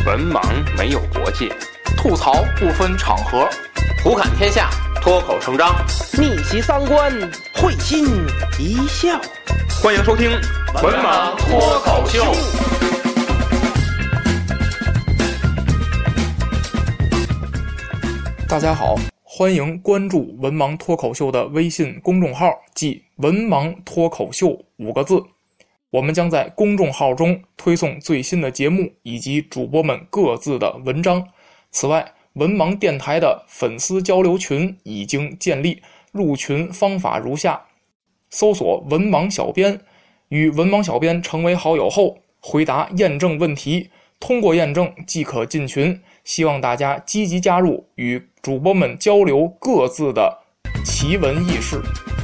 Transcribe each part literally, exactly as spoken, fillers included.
文盲没有国界， 吐槽不分场合， 胡侃天下，脱口成章， 逆袭三观，会心一笑。 欢迎收听文盲脱口秀。 大家好，欢迎关注文盲脱口秀的微信公众号，即文盲脱口秀五个字。我们将在公众号中推送最新的节目以及主播们各自的文章。此外，文盲电台的粉丝交流群已经建立，入群方法如下：搜索文盲小编，与文盲小编成为好友后，回答验证问题，通过验证即可进群。希望大家积极加入，与主播们交流各自的奇闻异事。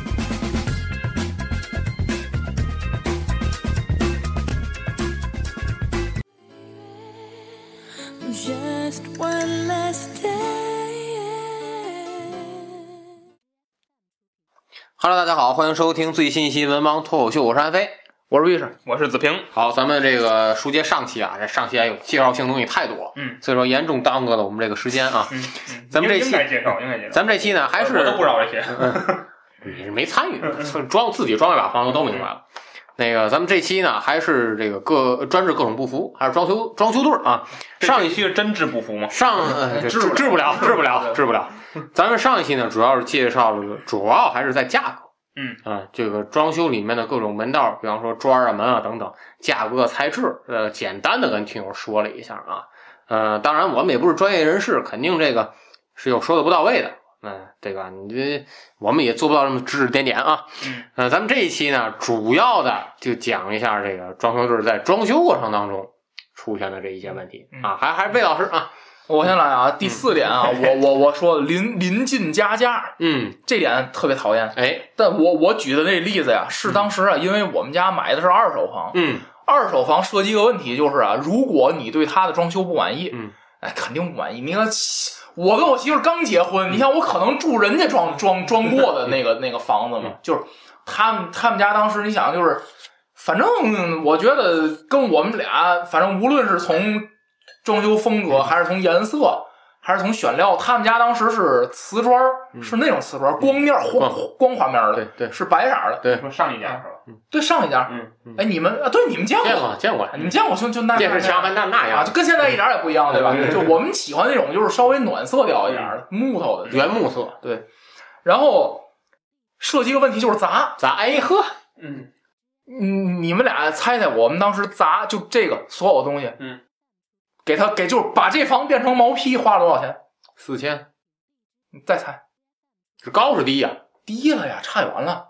Hello， 大家好，欢迎收听最新一期文盲脱口秀，我是安飞， 我是魏士， 我是子平。 好，咱们这个书接上期啊，这上期还有介绍性东西太多， 嗯， 所以说严重耽搁了我们这个时间啊。 嗯嗯， 咱们这期应该介绍，应该介绍。 咱们这期呢，还是我都不知道这些， 嗯、你是没参与，装自己装一把房子都明白了。那个，咱们这期呢，还是这个各专治各种不服，还是装修装修队啊。上一期是真治不服吗？ 上呃治治不了，治不了，治不了。咱们上一期呢，主要是介绍了，主要还是在价格。 嗯啊，这个装修里面的各种门道，比方说砖啊、门啊等等，价格、材质，呃，简单的跟听友说了一下啊。呃，当然我们也不是专业人士，肯定这个是有说的不到位的，嗯、呃，对吧？你这我们也做不到这么指指点点啊。 嗯， 呃，咱们这一期呢，主要的就讲一下这个装修队在装修过程当中出现的这一些问题啊。还还是魏老师啊。 我先来啊，第四点啊，嗯、我我我说临临近加价， 嗯， 这点特别讨厌。 哎， 但我我举的这例子呀，是当时啊，因为我们家买的是二手房， 嗯， 二手房涉及一个问题就是啊，如果你对它的装修不满意， 嗯， 哎，肯定不满意。你看，我跟我媳妇刚结婚，你看我可能住人家装装装过的那个那个房子嘛，就是他们他们家当时你想就是，反正我觉得跟我们俩，反正无论是从装修风格还是从颜色还是从选料，他们家当时是瓷砖、嗯、是那种瓷砖，光面光光滑面的， 对对， 是白色的。 对， 说上一家是吧？ 对，上一家。 嗯嗯。 哎，你们啊，对，你们见过？ 见过，见过。 你们见过就就那电视墙还那那样啊，就跟现在一点也不一样，对吧？就我们喜欢那种就是稍微暖色调一点的木头的原木色。 对。然后涉及一个问题就是砸砸，哎呵， 嗯嗯，你们俩猜猜，我们当时砸就这个所有东西， 嗯。 给他给就是把这房变成毛坯花了多少钱？ 四千。 你再猜， 是高是低呀、啊？ 低了呀，差远了。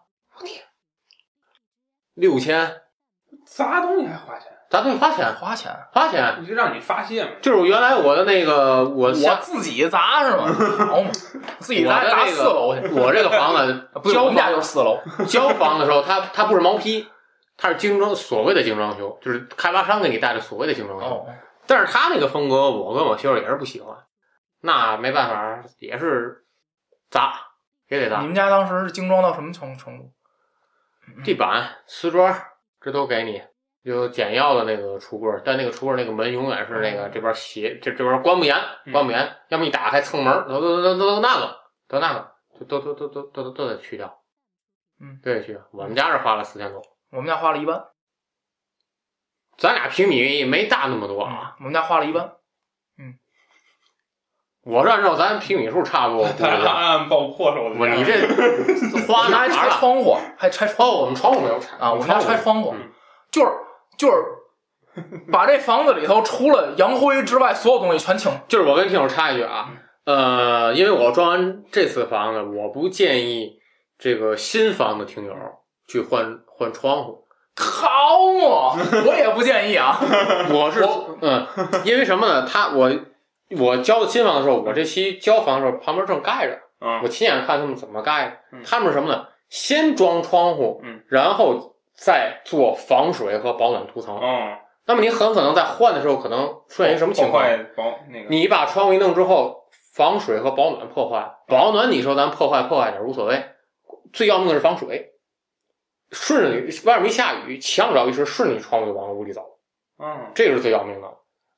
六千。 砸东西还花钱？ 砸东西花钱？ 花钱？ 花钱？ 就让你发泄嘛。 就是原来我的那个我我自己砸是吗？好嘛，自己砸砸四楼去。 我这个房子交房就是四楼。 交房的时候，它它不是毛坯，它是精装，所谓的精装修，就是开发商给你带的所谓的精装修。 哦。 但是他那个风格，我跟我媳妇也是不喜欢，那没办法，也是砸，也得砸。 你们家当时是精装到什么程程度？ 地板、瓷砖，这都给你，有简要的那个橱柜，但那个橱柜那个门永远是那个这边斜，这这边关不严，关不严，嗯、要么一打开蹭门，都都都都都那个，都那个，都都都都都都都得去掉， 嗯，都得去掉。我们家是花了四千多， 我们家花了一万。 咱俩平米没大那么多啊， 嗯、我们家花了一万。嗯， 我是按照咱平米数差不多。 他按爆破手的。 我你这花哪还拆窗户，还拆窗户。 哦，我们窗户没有拆啊，我们家拆窗户， 嗯、 就是就是把这房子里头除了洋灰之外，所有东西全清。 就是我跟听友插一句啊，呃，因为我装完这次房子，我不建议这个新房的听友去换换窗户。 好嘛，我也不建议啊。 我是嗯，因为什么呢？他我我交的新房的时候，我这期交房的时候旁边正盖着， 嗯， 我亲眼看他们怎么盖的。 嗯、 他们是什么呢？先装窗户， 嗯， 然后再做防水和保暖涂层。 哦， 那么你很可能在换的时候，可能出现一个什么情况？ 保那个， 你把窗户一弄之后，防水和保暖破坏。保暖你说咱破坏破坏点无所谓，最要命的是防水。顺着你外面一下雨，强着一时，顺着你窗户就往屋里走， 嗯， 这个是最要命的。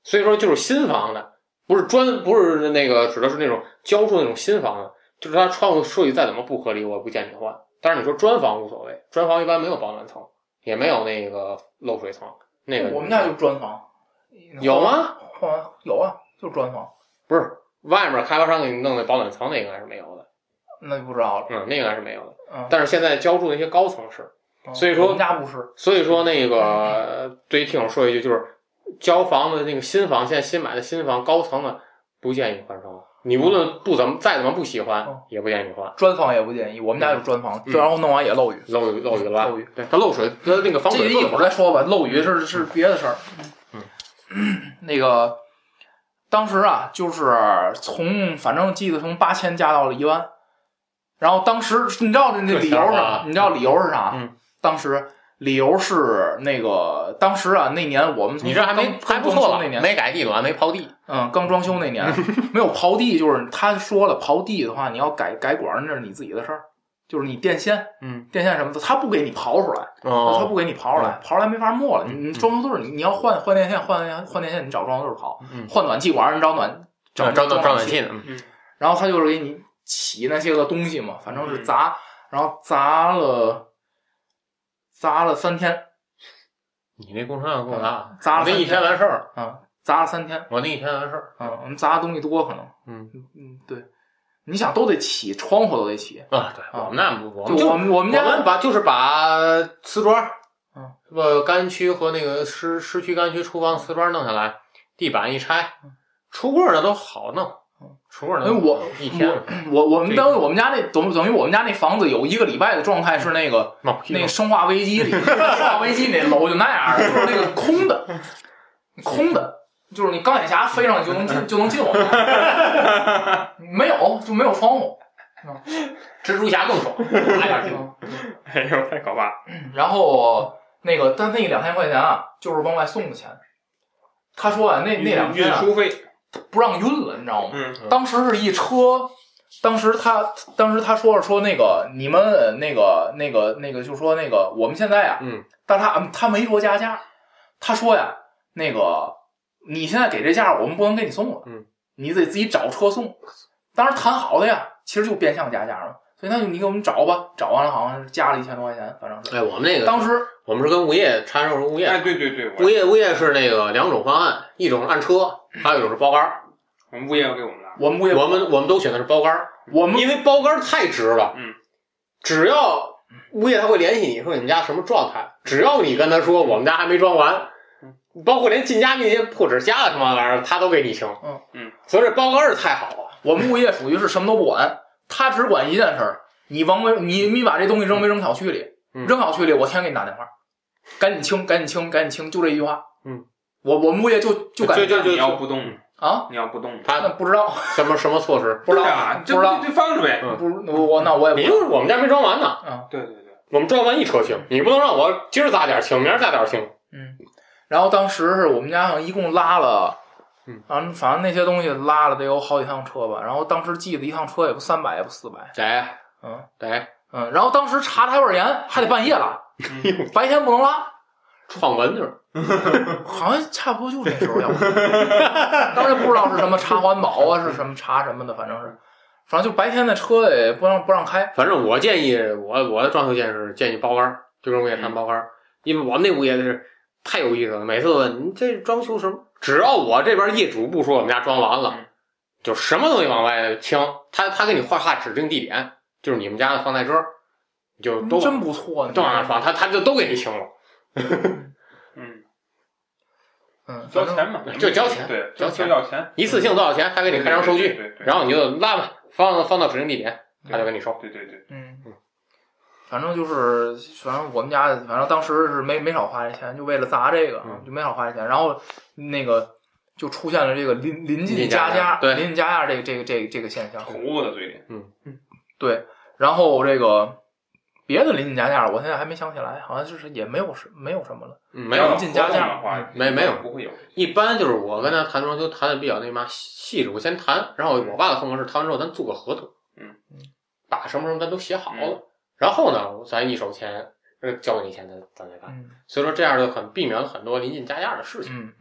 所以说就是新房的，不是砖，不是那个指的是那种浇筑那种新房的，就是它窗户设计再怎么不合理，我不建议换。但是你说砖房无所谓，砖房一般没有保暖层，也没有那个漏水层。那个我们家就砖房， 有吗？ 换完有啊，就是砖房。 不是，外面开发商给你弄的保暖层，那应该是没有的。 那就不知道了。 嗯，那应该是没有的。 嗯， 但是现在浇筑那些高层是， 嗯、 所以说我们家不是。 所以说那个对于听友说一句，就是交房的那个新房，现在新买的新房高层的不建议换成。你无论不怎么再怎么不喜欢， 嗯、 也不建议换。 砖房也不建议，我们家就是砖房，嗯、然后弄完也漏雨， 漏雨漏雨了， 漏雨， 对，它漏水，它那个防水。 这一会儿再说吧，漏雨是是别的事儿。 嗯， 那个当时啊，就是从反正记得从八千加到了一万，然后当时你知道这那理由是啥？你知道理由是啥？ 嗯， 当时理由是那个当时啊，那年我们从你这还没还不错了，那年没改地暖，没刨地。 嗯，刚装修那年没有刨地，就是他说了刨地的话，你要改改管，那是你自己的事儿，就是你电线， 嗯， 电线什么的，他不给你刨出来， 哦， 他不给你刨出来，刨出来没法磨了。你你装修队你你要换换电线，换换电线，你找装修队刨， 嗯， 换暖气管，你找暖找找找暖气的， 嗯，然后他就是给你起那些个东西嘛，反正是砸，然后砸了砸了三天。 你那工程量够大， 嗯、砸了那一天完事儿， 嗯，砸了三天， 我那一天完事儿， 嗯，我们砸的东西多可能， 嗯嗯，对，你想都得起，窗户都得起啊，对，我们那不，我们就我们我们家我们把就是把瓷砖， 嗯， 不干区和那个湿湿区干区厨房瓷砖弄下来，地板一拆，橱柜的都好弄。橱柜的我一天， 我我们等于我们家那等等于我们家那房子有一个礼拜的状态是那个那个生化危机里，生化危机那楼就那样的，就是那个空的，空的，就是你钢铁侠飞上去就能进就能进我们家，没有就没有窗户， 蜘蛛侠更爽，哎呀， 哎呦太可怕。 然后那个但那两千块钱啊，就是往外送的钱。他说啊，那那两天啊， 运输费不让运了，你知道吗？ 嗯， 当时是一车，当时他当时他说是说那个你们那个那个那个就说那个我们现在啊， 嗯， 但他他没说加价，他说呀，那个你现在给这价，我们不能给你送了， 嗯， 你得自己找车送。当时谈好的呀，其实就变相加价了，所以那就你给我们找吧，找完了好像是加了一千多块钱，反正是。 哎，我们那个当时我们是跟物业掺手物业， 哎，对对对， 物业物业是那个两种方案，一种是按车，还有一种是包干。 我们物业要给我们拿， 我们物业我们我们都选的是包干， 我们因为包干太值了， 嗯， 只要物业他会联系你说你们家什么状态，只要你跟他说我们家还没装完，包括连进家那些破纸夹了什么玩意儿，他都给你清， 嗯嗯， 所以这包干是太好了。 我们物业属于是什么都不管，他只管一件事儿，你往卫你你把这东西扔没扔小区里， 嗯、 扔小区里，我天天给你打电话，赶紧清，赶紧清，赶紧清，就这一句话。 嗯， 我我们物业就就赶紧就就就你要不动啊， 你要不动， 他那不知道什么什么措施， 不知道， 啊、 不知道， 就放着呗。 嗯、不我那我也不你就是我们家没装完呢。 嗯， 对对对， 我们装完一车清，你不能让我今儿砸点清，明儿砸点清。 嗯，然后当时是我们家好像一共拉了。 嗯， 反正反正那些东西拉了得有好几趟车吧，然后当时记得一趟车也不三百也不四百， 对， 嗯对， 嗯，然后当时查台湾盐还得半夜拉， 嗯、 白天不能拉， 创文就是， 好像差不多就那时候要，当时不知道是什么查环保啊，是什么查什么的，反正是，反正就白天的车也不让不让开。 反正我建议我我的装修建议是建议包干，就跟物业谈包干，因为我们那物业是太有意思了，每次问你这装修什么。只要我这边业主不说我们家装完了， 嗯、 就什么东西往外清，他他给你画画指定地点，就是你们家的放在这儿，就都真不错， 都往那放，他他就都给你清了。 嗯嗯， 交钱嘛， 就交钱， 对， 交钱要钱， 一次性多少钱，他给你开张收据， 对对对对然后你就拉吧，放放到指定地点，他就给你收。 对对对， 嗯嗯。反正就是，反正我们家，反正当时是没没少花这钱，就为了砸这个， 嗯、 就没少花这钱。然后那个就出现了这个临临近加价， 对， 临近加价这个这个这个这个现象。 口子的嘴脸， 嗯嗯，对。然后这个别的临近加价，我现在还没想起来，好像就是也没有什没有什么了。 嗯，没有临近加价， 没没有不会有。 一般就是我跟他谈装修谈的比较那嘛细致，我先谈，然后我爸的风格是谈完之后咱做个合同， 嗯嗯，把什么什么咱都写好了。 嗯然后呢，咱一手钱，交给你钱，咱咱再干。 嗯、 所以说这样就很避免了很多临近加价的事情。 嗯嗯。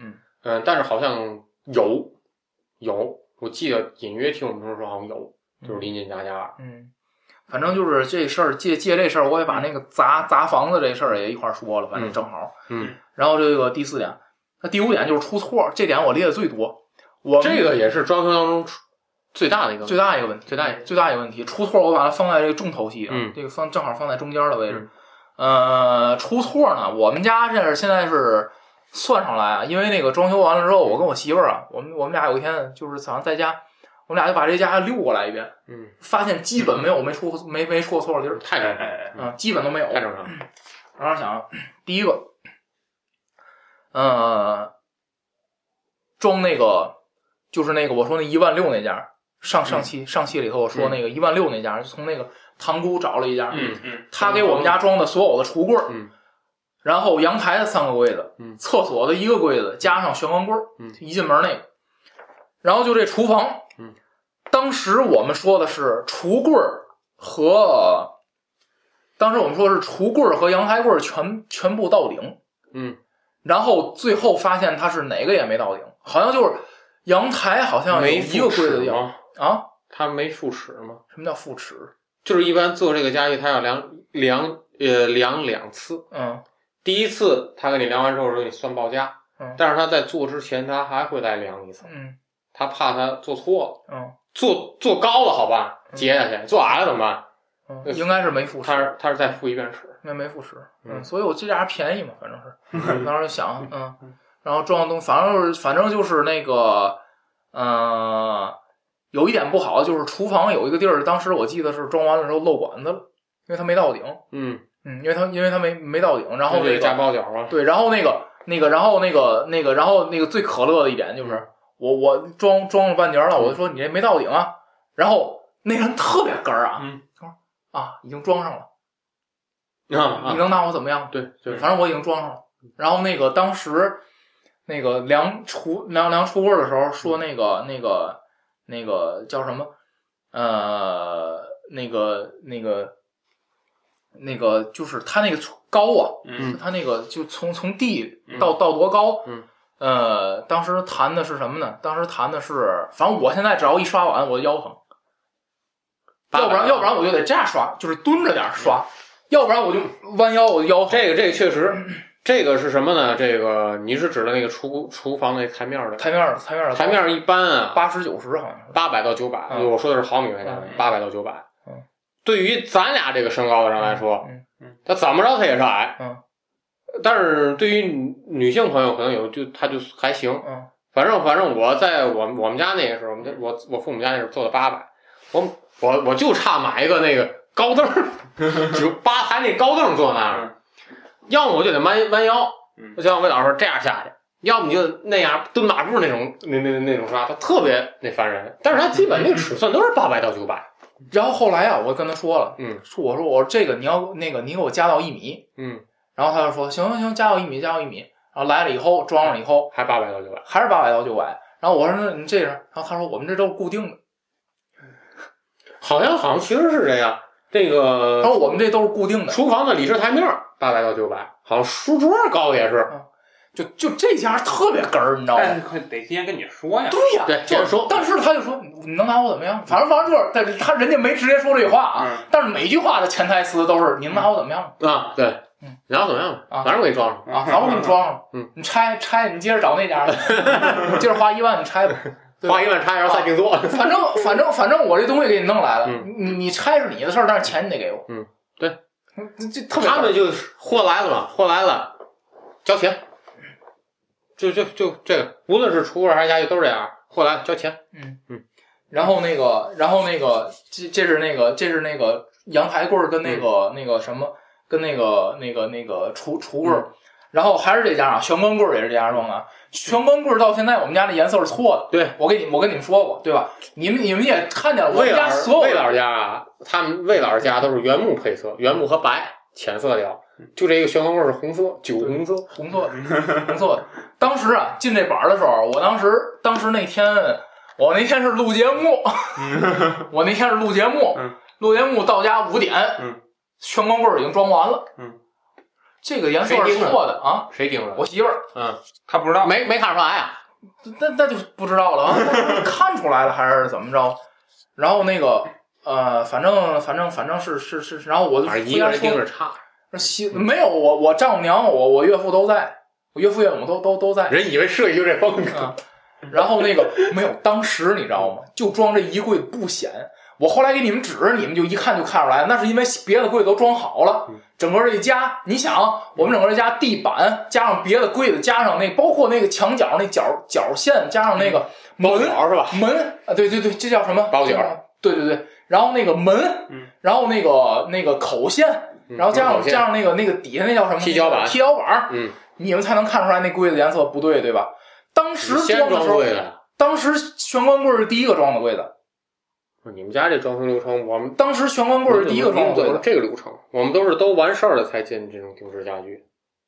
嗯、呃，但是好像有有，我记得隐约听我们说好像有，就是邻近家家。 嗯，反正就是这事儿，借借这事儿，我也把那个砸砸房子这事儿也一块说了，反正正好。 嗯， 然后这个第四点，那第五点就是出错，这点我列的最多。我这个也是装修当中最大的一个最大一个问题， 最大一个最大一个问题，出错我把它放在这个重头戏啊， 嗯， 这个放正好放在中间的位置。 嗯、 呃，出错呢，我们家这是现在是算上来啊，因为那个装修完了之后，我跟我媳妇儿啊，我们我们俩有一天就是早上在家，我们俩就把这家溜过来一遍， 嗯， 发现基本没有没出没没出错的地儿， 太正常了， 嗯，基本都没有， 太正常了。 然后想，第一个，呃，装那个就是那个我说那一万六那家，上上期、嗯、上期里头我说那个一万六那家，就从那个塘沽找了一家， 嗯嗯， 他给我们家装的所有的橱柜， 嗯， 然后阳台的三个柜子， 嗯， 厕所的一个柜子，加上玄关柜， 嗯， 一进门那个，然后就这厨房， 嗯， 当时我们说的是橱柜和。当时我们说是橱柜和阳台柜全全部到顶， 嗯， 然后最后发现它是哪个也没到顶，好像就是阳台好像有一个柜子吗？ 啊， 它没复尺吗？ 什么叫复尺？ 就是一般做这个家具，它要量量呃量两次， 嗯， 第一次他给你量完之后给你算报价， 嗯， 但是他在做之前他还会再量一次， 嗯， 他怕他做错了，嗯， 做做高了好办，接下去、嗯、做矮了怎么办？ 嗯，应该是没复尺， 他是他是再复一遍尺， 应该没复尺， 嗯， 嗯，所以我这家便宜嘛，反正是，当时就想，嗯，然后装的东西，反正反正就是那个，呃，有一点不好就是厨房有一个地儿，当时我记得是装完了之后漏管子了，因为它没到顶， 嗯嗯，因为它因为它没没到顶，然后那个加包角啊， 对，然后那个那个，然后那个那个，然后那个最可乐的一点就是，我我装装了半截了，我就说你这没到顶啊，然后那人特别哏儿啊， 嗯。 啊，已经装上了， 啊， 你能拿我怎么样？ 对对， 反正我已经装上了。然后那个当时那个量橱量量橱柜的时候说那个那个那个叫什么？呃，那个那个那个就是它那个高啊， 嗯， 它那个就从从地到到多高？ 嗯， 呃，当时谈的是什么呢？当时谈的是，反正我现在只要一刷碗，我就腰疼。要不然，要不然我就得这样刷，就是蹲着点刷；要不然我就弯腰，我就腰疼。 这个，这个确实，这个是什么呢？这个你是指的那个厨厨房那台面的？ 台面台面台面一般啊， 八十九十好像是八百到九百、嗯。我说的是毫米来讲，八百到九百。 嗯， 对于咱俩这个身高的人来说， 嗯嗯， 他怎么着他也是矮。 嗯， 但是对于女性朋友可能有就他就还行。 嗯， 反正反正我在我我们家那个时候，我们家我我父母家那时候做的八百，我。我我就差买一个那个高凳，就吧台那高凳坐那儿，要么我就得弯弯腰，就像魏老师说这样下去，要么你就那样蹲马步那种那那那种刷，它特别那烦人。但是它基本那个尺寸都是八百到九百。 然后后来啊，我跟他说了， 嗯， 说我说我说这个你要那个你给我加到一米， 嗯， 然后他就说行行行，加到一米，加到一米。然后来了以后装上以后还八百到九百， 还是八百到九百。然后我说那你这样，然后他说我们这都是固定的。 好像好像其实是这样，这个然后我们这都是固定的。 厨房的理式台面八百到九百，好像书桌高也是， 嗯、就就这家特别哏儿，你知道吗？ 但是得提前跟你说呀。 对呀， 对，提前说。 但是他就说你能拿我怎么样？反正反正就是，但是他人家没直接说这句话啊， 嗯、 但是每句话的潜台词都是你能拿我怎么样啊？对， 嗯， 你拿我怎么样啊？反正我给你装上啊，反正我给你装上， 嗯， 你拆拆，你接着找那家，你接着花一万你拆吧。 花一万拆，然后再定做。 反正反正反正我这东西给你弄来了， 嗯、 你你拆是你的事儿，但是钱你得给我。 嗯，对， 这特别。 他们就是货来了嘛，货来了，交钱。就就就这个，无论是厨柜还是家具都是这样，货来了交钱。 嗯嗯。 然后那个，然后那个，这这是那个，这是那个阳台柜跟那个、嗯、那个什么，跟那个那个那个橱橱柜。嗯，然后还是这家啊，玄关柜也是这家装的。玄关柜到现在我们家的颜色是错的。 对， 我给你我跟你们说过，对吧？你们你们也看见了，我们家所有魏老家啊，他们魏老家都是原木配色，原木和白浅色调，就这个玄关柜是红色，酒红色， 红色红色的。当时啊进这板的时候，我当时当时那天我那天是录节目，我那天是录节目，录节目到家五点， 嗯， 玄关柜已经装完了， 嗯。 这个颜色是错的啊。 谁盯着？ 我媳妇儿。 嗯， 他不知道， 没没看出来啊。 那那就不知道了啊，看出来了还是怎么着？然后那个呃，反正反正反正是是是，然后我就一个人盯着差。 没有我我丈母娘我我岳父都在，我岳父岳母都都都在。 人以为设计就这风格。 嗯然后那个没有，当时你知道吗？就装这一柜子不显。我后来给你们指，你们就一看就看出来，那是因为别的柜子都装好了。整个这家，你想，我们整个这家地板加上别的柜子，加上那包括那个墙角那角角线，加上那个门角是吧？ 门啊，对对对，这叫什么？ 包角。 对对对，然后那个门， 嗯， 然后那个那个口线，然后加上加上那个那个底下那叫什么？ 踢脚板。 踢脚板， 嗯， 你们才能看出来那柜子颜色不对，对吧？当时装的时候，当时玄关柜是第一个装的柜子。 你们家这装修流程，我们当时玄关柜是第一个装的柜子。 这个流程，我们都是都完事儿了才进这种定制家具。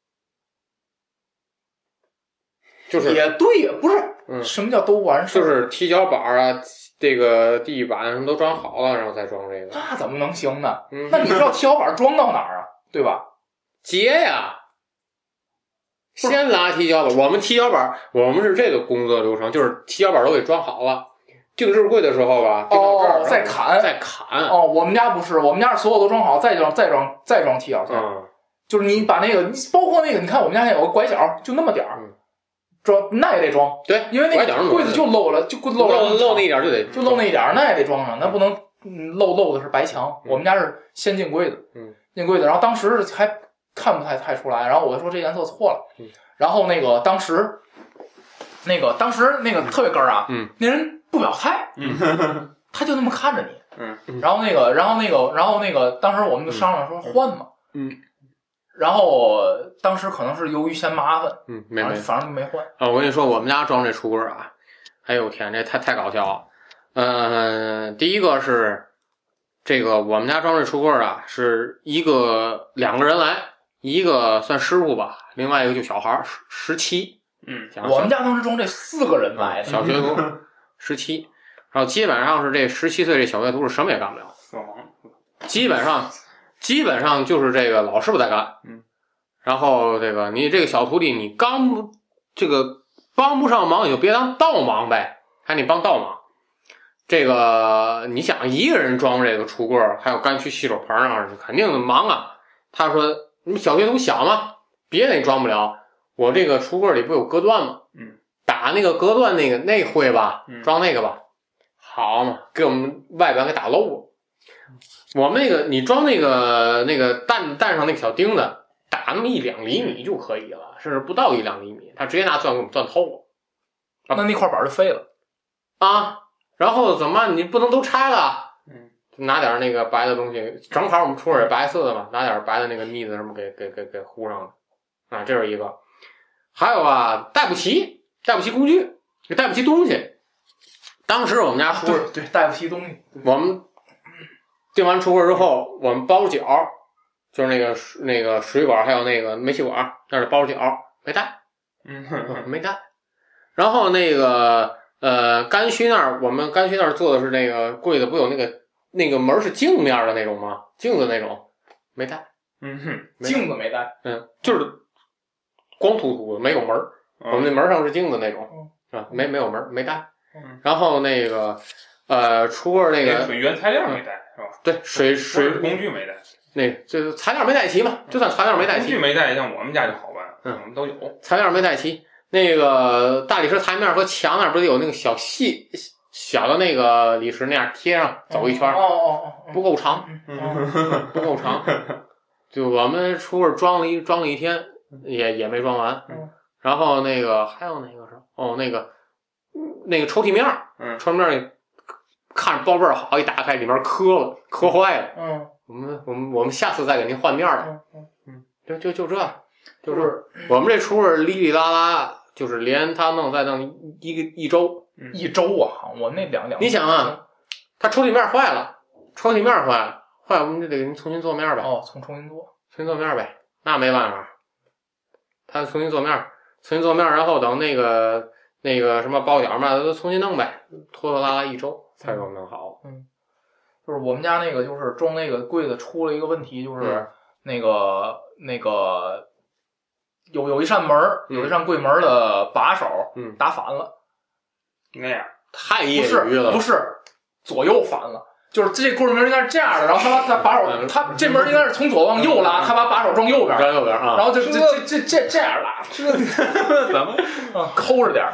就是也对，不是， 嗯， 什么叫都完事儿？ 就是踢脚板啊，这个地板什么都装好了，然后再装这个。 那怎么能行呢？ 嗯， 那你知道踢脚板装到哪儿啊？对吧？ 接呀。先拉踢脚板，我们踢脚板，我们是这个工作流程，就是踢脚板都给装好了。定制柜的时候吧，定到这儿、 哦、再砍， 再砍。 哦，我们家不是，我们家是所有都装好，再装，再装，再装踢脚板。 嗯， 就是你把那个，包括那个，你看我们家有个拐角，就那么点儿， 嗯， 装那也得装。 对， 因为那个柜子就漏了，就漏了漏漏那一点就得就漏那一点，那也得装上，那不能漏漏的是白墙。 嗯、 我们家是先进柜子， 嗯， 进柜子，然后当时还看不太太出来，然后我就说这颜色错了。 嗯然后那个当时，那个当时那个特别根儿啊， 嗯， 那人不表态， 嗯， 他就那么看着你， 嗯， 然后那个，然后那个，然后那个，当时我们就商量说换嘛， 嗯， 然后当时可能是由于嫌麻烦， 嗯，没没， 反正没换啊。我跟你说，我们家装这橱柜啊，哎呦天，这太太搞笑了。嗯、呃，第一个是这个我们家装这橱柜啊，是一个两个人来。一个算师傅吧，另外一个就小孩十十七， 嗯， 我们家当时装这四个人来的， 小学徒十七，然后基本上是这十七岁这小学徒是什么也干不了， 死亡， 基本上基本上就是这个老师傅在干， 嗯， 然后这个你这个小徒弟你刚这个帮不上忙，你就别当倒忙呗，还你帮倒忙。这个你想一个人装这个橱柜，还有干区洗手盆啊，肯定忙啊。他说。你小学徒小嘛，别的你装不了，我这个橱柜里不有隔断吗？ 嗯， 打那个隔断那个那会吧， 嗯、 装那个吧，好嘛，给我们外边给打漏了。我们那个你装那个那个蛋蛋上那个小钉子，打那么一两厘米就可以了，甚至不到一两厘米，他直接拿钻给我们钻透了， 那那块板就废了啊。然后怎么办？你不能都拆了。 嗯。 拿点那个白的东西，正好我们橱柜白色的嘛，拿点白的那个腻子什么给给给给糊上了，啊，这是一个。还有啊，带不齐，带不齐工具，也带不齐东西。当时我们家橱柜、 啊、对, 对带不齐东西， 我们订完橱柜之后，我们包角，就是那个那个水管还有那个煤气管，那是包角没带， 嗯， 没带。然后那个呃干区那儿，我们干区那儿做的是那个柜子，不有那个。那个门是镜面的那种吗？镜子那种没带， 嗯哼， 镜子没带， 嗯，就是光秃秃的，没有门、嗯、我们那门上是镜子那种，是吧？没没有门，没带。 嗯， 然后那个呃，橱柜那个水原材料没带，是吧？ 对，水水工具没带， 那这材料没带齐嘛？就算材料没带齐， 工具没带，像我们家就好办， 嗯， 我们都有。 材料没带齐，那个大理石台面和墙那不是有那个小细。小的那个理石那样贴上走一圈， 哦哦哦， 不够长， 嗯、 不够长。就我们橱柜装了一装了一天，也也没装完。 嗯、 然后那个还有那个是哦，那个那个抽屉面， 嗯， 抽屉面看着包倍儿好，一打开里面磕了，磕坏了。 嗯， 我们我们我们下次再给您换面了。 嗯嗯嗯，就就就这，就是我们这橱柜哩哩啦啦，就是连他弄再弄一个一周。 一周啊，我那两两。 你想啊，它抽屉面坏了，抽屉面坏了，坏了我们就得给您重新做面呗。 哦，重重新做， 重新做面呗，那没办法，他重新做面，重新做面，然后等那个那个什么包角嘛，都重新弄呗，拖拖拉拉一周才给我弄好。 嗯，就是我们家那个就是装那个柜子出了一个问题，就是那个那个有有一扇门有一扇柜门的把手嗯打反了， 那样太业不是余了， 不是左右反了。就是这柜门应该是这样的，然后他把他把手，他这门应该是从左往右拉，他把把手装右边， 装右边啊， 然后就这这这这这样拉， 这怎么啊，抠着点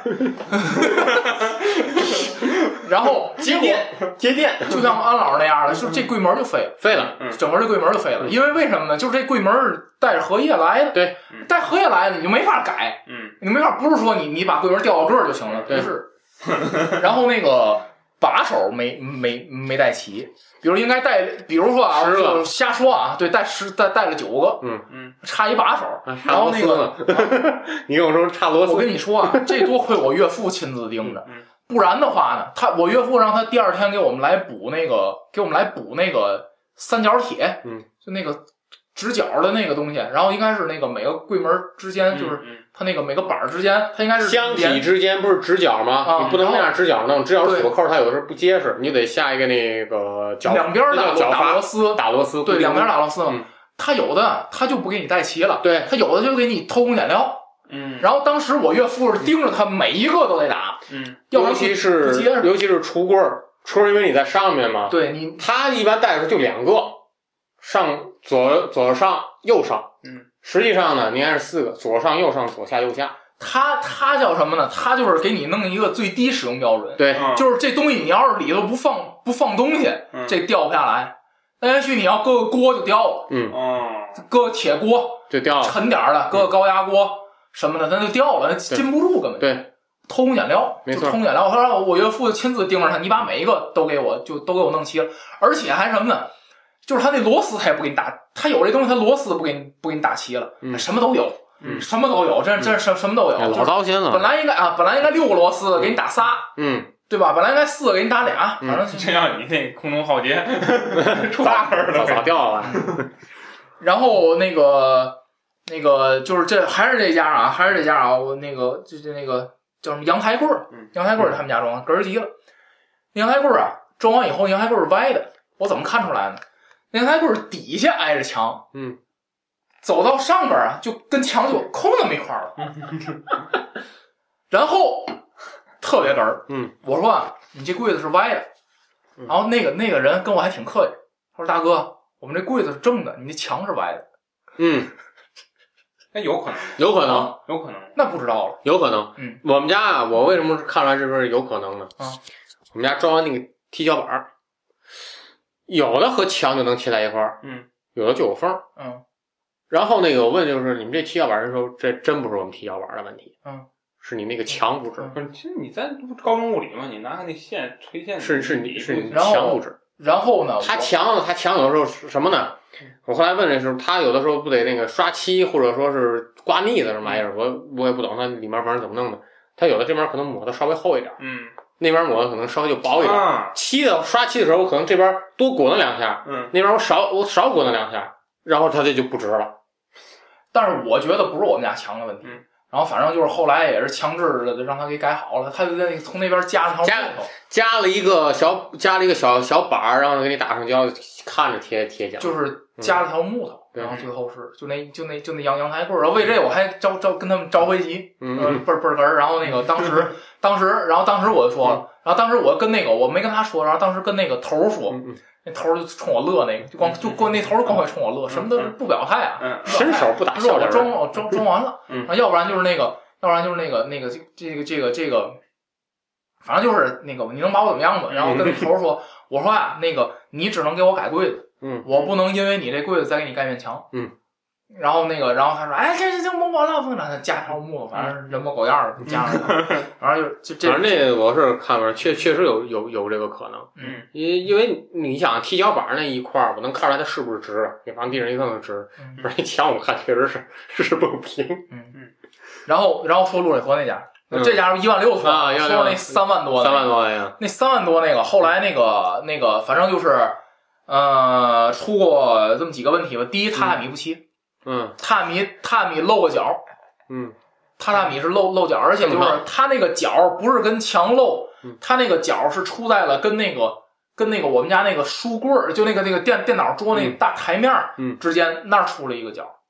然后结果接电， 就像安老师那样的，就这柜门就废了， 废了， 整个这柜门就废了。因为为什么呢？就是这柜门带着荷叶来的， 对， 带荷叶来的你就没法改， 嗯， 你没法不是说你你把柜门调到这儿就行了，不是。然后那个。把手没没没带齐，比如应该带，比如说啊，就瞎说啊，对，带十带带了九个， 嗯嗯，差一把手， 啊、 然后那个， 啊、你跟我说差螺丝， 我跟你说啊，这多亏我岳父亲自盯着，不然的话呢，他我岳父让他第二天给我们来补那个，给我们来补那个三角铁， 嗯， 就那个直角的那个东西，然后应该是那个每个柜门之间，就是它那个每个板之间，它应该是箱体之间不是直角吗？ 啊、 你不能那样直角弄，直角锁扣它有的时候不结实，你得下一个那个角， 两边打打螺丝， 打螺丝， 对，两边打螺丝嘛。 嗯、 它有的它就不给你带齐了， 对， 它有的就给你偷工减料。 嗯， 然后当时我岳父是盯着他每一个都得打， 嗯， 尤其是尤其是橱柜儿，橱柜因为你在上面嘛， 对你， 他一般带的就两个，上左左上右上， 嗯， 实际上呢，你应该是四个，左上右上左下右下。 他他叫什么呢？他就是给你弄一个最低使用标准， 对， 嗯、 就是这东西你要是里头不放不放东西， 嗯、 这掉不下来。那也许你要搁个锅就掉了， 嗯， 哦， 搁个铁锅就掉了， 沉点的，搁个高压锅什么的，那就掉了，那禁不住根本。 对， 偷工减料， 没错， 偷工减料。后来我岳父亲自盯着他，你把每一个都给我，就都给我弄齐了，而且还什么呢？就是他那螺丝他也不给你打，他有这东西他螺丝不给你不给你打齐了， 嗯、 什么都有。 嗯， 什么都有，这这什什么都有， 老糟心了。 本来应该啊，本来应该六个螺丝给你打仨， 嗯， 对吧？本来应该四个给你打俩，反正这样你那空中浩劫出大事了， 咋掉了？ 然后那个那个就是这还是这家啊，还是这家啊，我那个就是那个叫什么阳台柜儿，阳台柜儿他们家装格儿急了，阳台柜儿啊装完以后，阳台柜儿歪的，我怎么看出来呢？阳台柜儿底下挨着墙， 嗯。 走到上边啊，就跟墙就空那么一块了，然后特别哏儿， 嗯， 我说啊，你这柜子是歪的，然后那个那个人跟我还挺客气，他说大哥，我们这柜子是正的，你那墙是歪的， 嗯， 那有可能， 有可能， 有可能， 那不知道了， 有可能， 嗯， 我们家啊，我为什么看出来这边有可能呢？ 啊， 我们家装完那个踢脚板，有的和墙就能贴在一块儿， 嗯， 有的就有缝， 嗯。 然后那个我问就是你们这踢脚板的时候，这真不是我们踢脚板的问题， 嗯， 是你那个墙不直。 不是，其实你在高中物理嘛，你拿那线垂线是是你是你墙不直。 然后呢， 它墙呢，它墙有的时候是什么呢？我后来问的时候，他有的时候不得那个刷漆或者说是刮腻子什么玩意儿，我我也不懂它里面反正怎么弄的。它有的这边可能抹的稍微厚一点， 嗯， 那边抹的可能稍微就薄一点。 啊、 漆的刷漆的时候，我可能这边多裹了两下， 嗯， 那边我少我少裹了两下，然后它这就不直了。 但是我觉得不是我们家墙的问题， 嗯、 然后反正就是后来也是强制的让他给改好了，他就在从那边加了条木头， 加了一个小加了一个小小板儿，然后给你打上胶，看着贴贴胶， 就是加了条木头， 嗯、 然后最后是就那就那就那阳阳台柜儿，然后为这我还招招跟他们召回集， 嗯， 呃倍儿倍儿哏儿，然后那个当时当时然后当时我就说了，然后当时我跟那个我没跟他说，然后当时跟那个头说。 嗯嗯那头就冲我乐，那个就光就光那头就光会冲我乐，什么都不表态啊， 嗯， 伸手不打笑脸。我装我装装完了， 嗯， 然后要不然就是那个，要不然就是那个那个这这个这个这个，反正就是那个你能把我怎么样吧？然后跟那头说，我说啊，那个你只能给我改柜子， 嗯， 我不能因为你这柜子再给你盖面墙， 嗯。 然后那个，然后他说，哎，这这这摸摸了，不能加条木头，反正人模狗样的加上去，反正就就这。 反正这我是看法，确确实有有有这个可能， 嗯， 因因为你想踢脚板那一块儿，我能看出来它是不是直，你放地上一看就直，不然一墙我看确实是是不平， 嗯嗯。然后然后说陆水河那家， 嗯、 这家一万六啊， 说那三万多， 三万多呀， 那三万多那个，后来那个那个，反正就是呃出过这么几个问题吧。第一，榻榻米不齐。 嗯， 榻米榻米露个角， 嗯， 榻榻米是露露角，而且就是它那个角不是跟墙露，它那个角是出在了跟那个跟那个我们家那个书柜儿，就那个那个电电脑桌那大台面之间， 嗯、 那儿出了一个角。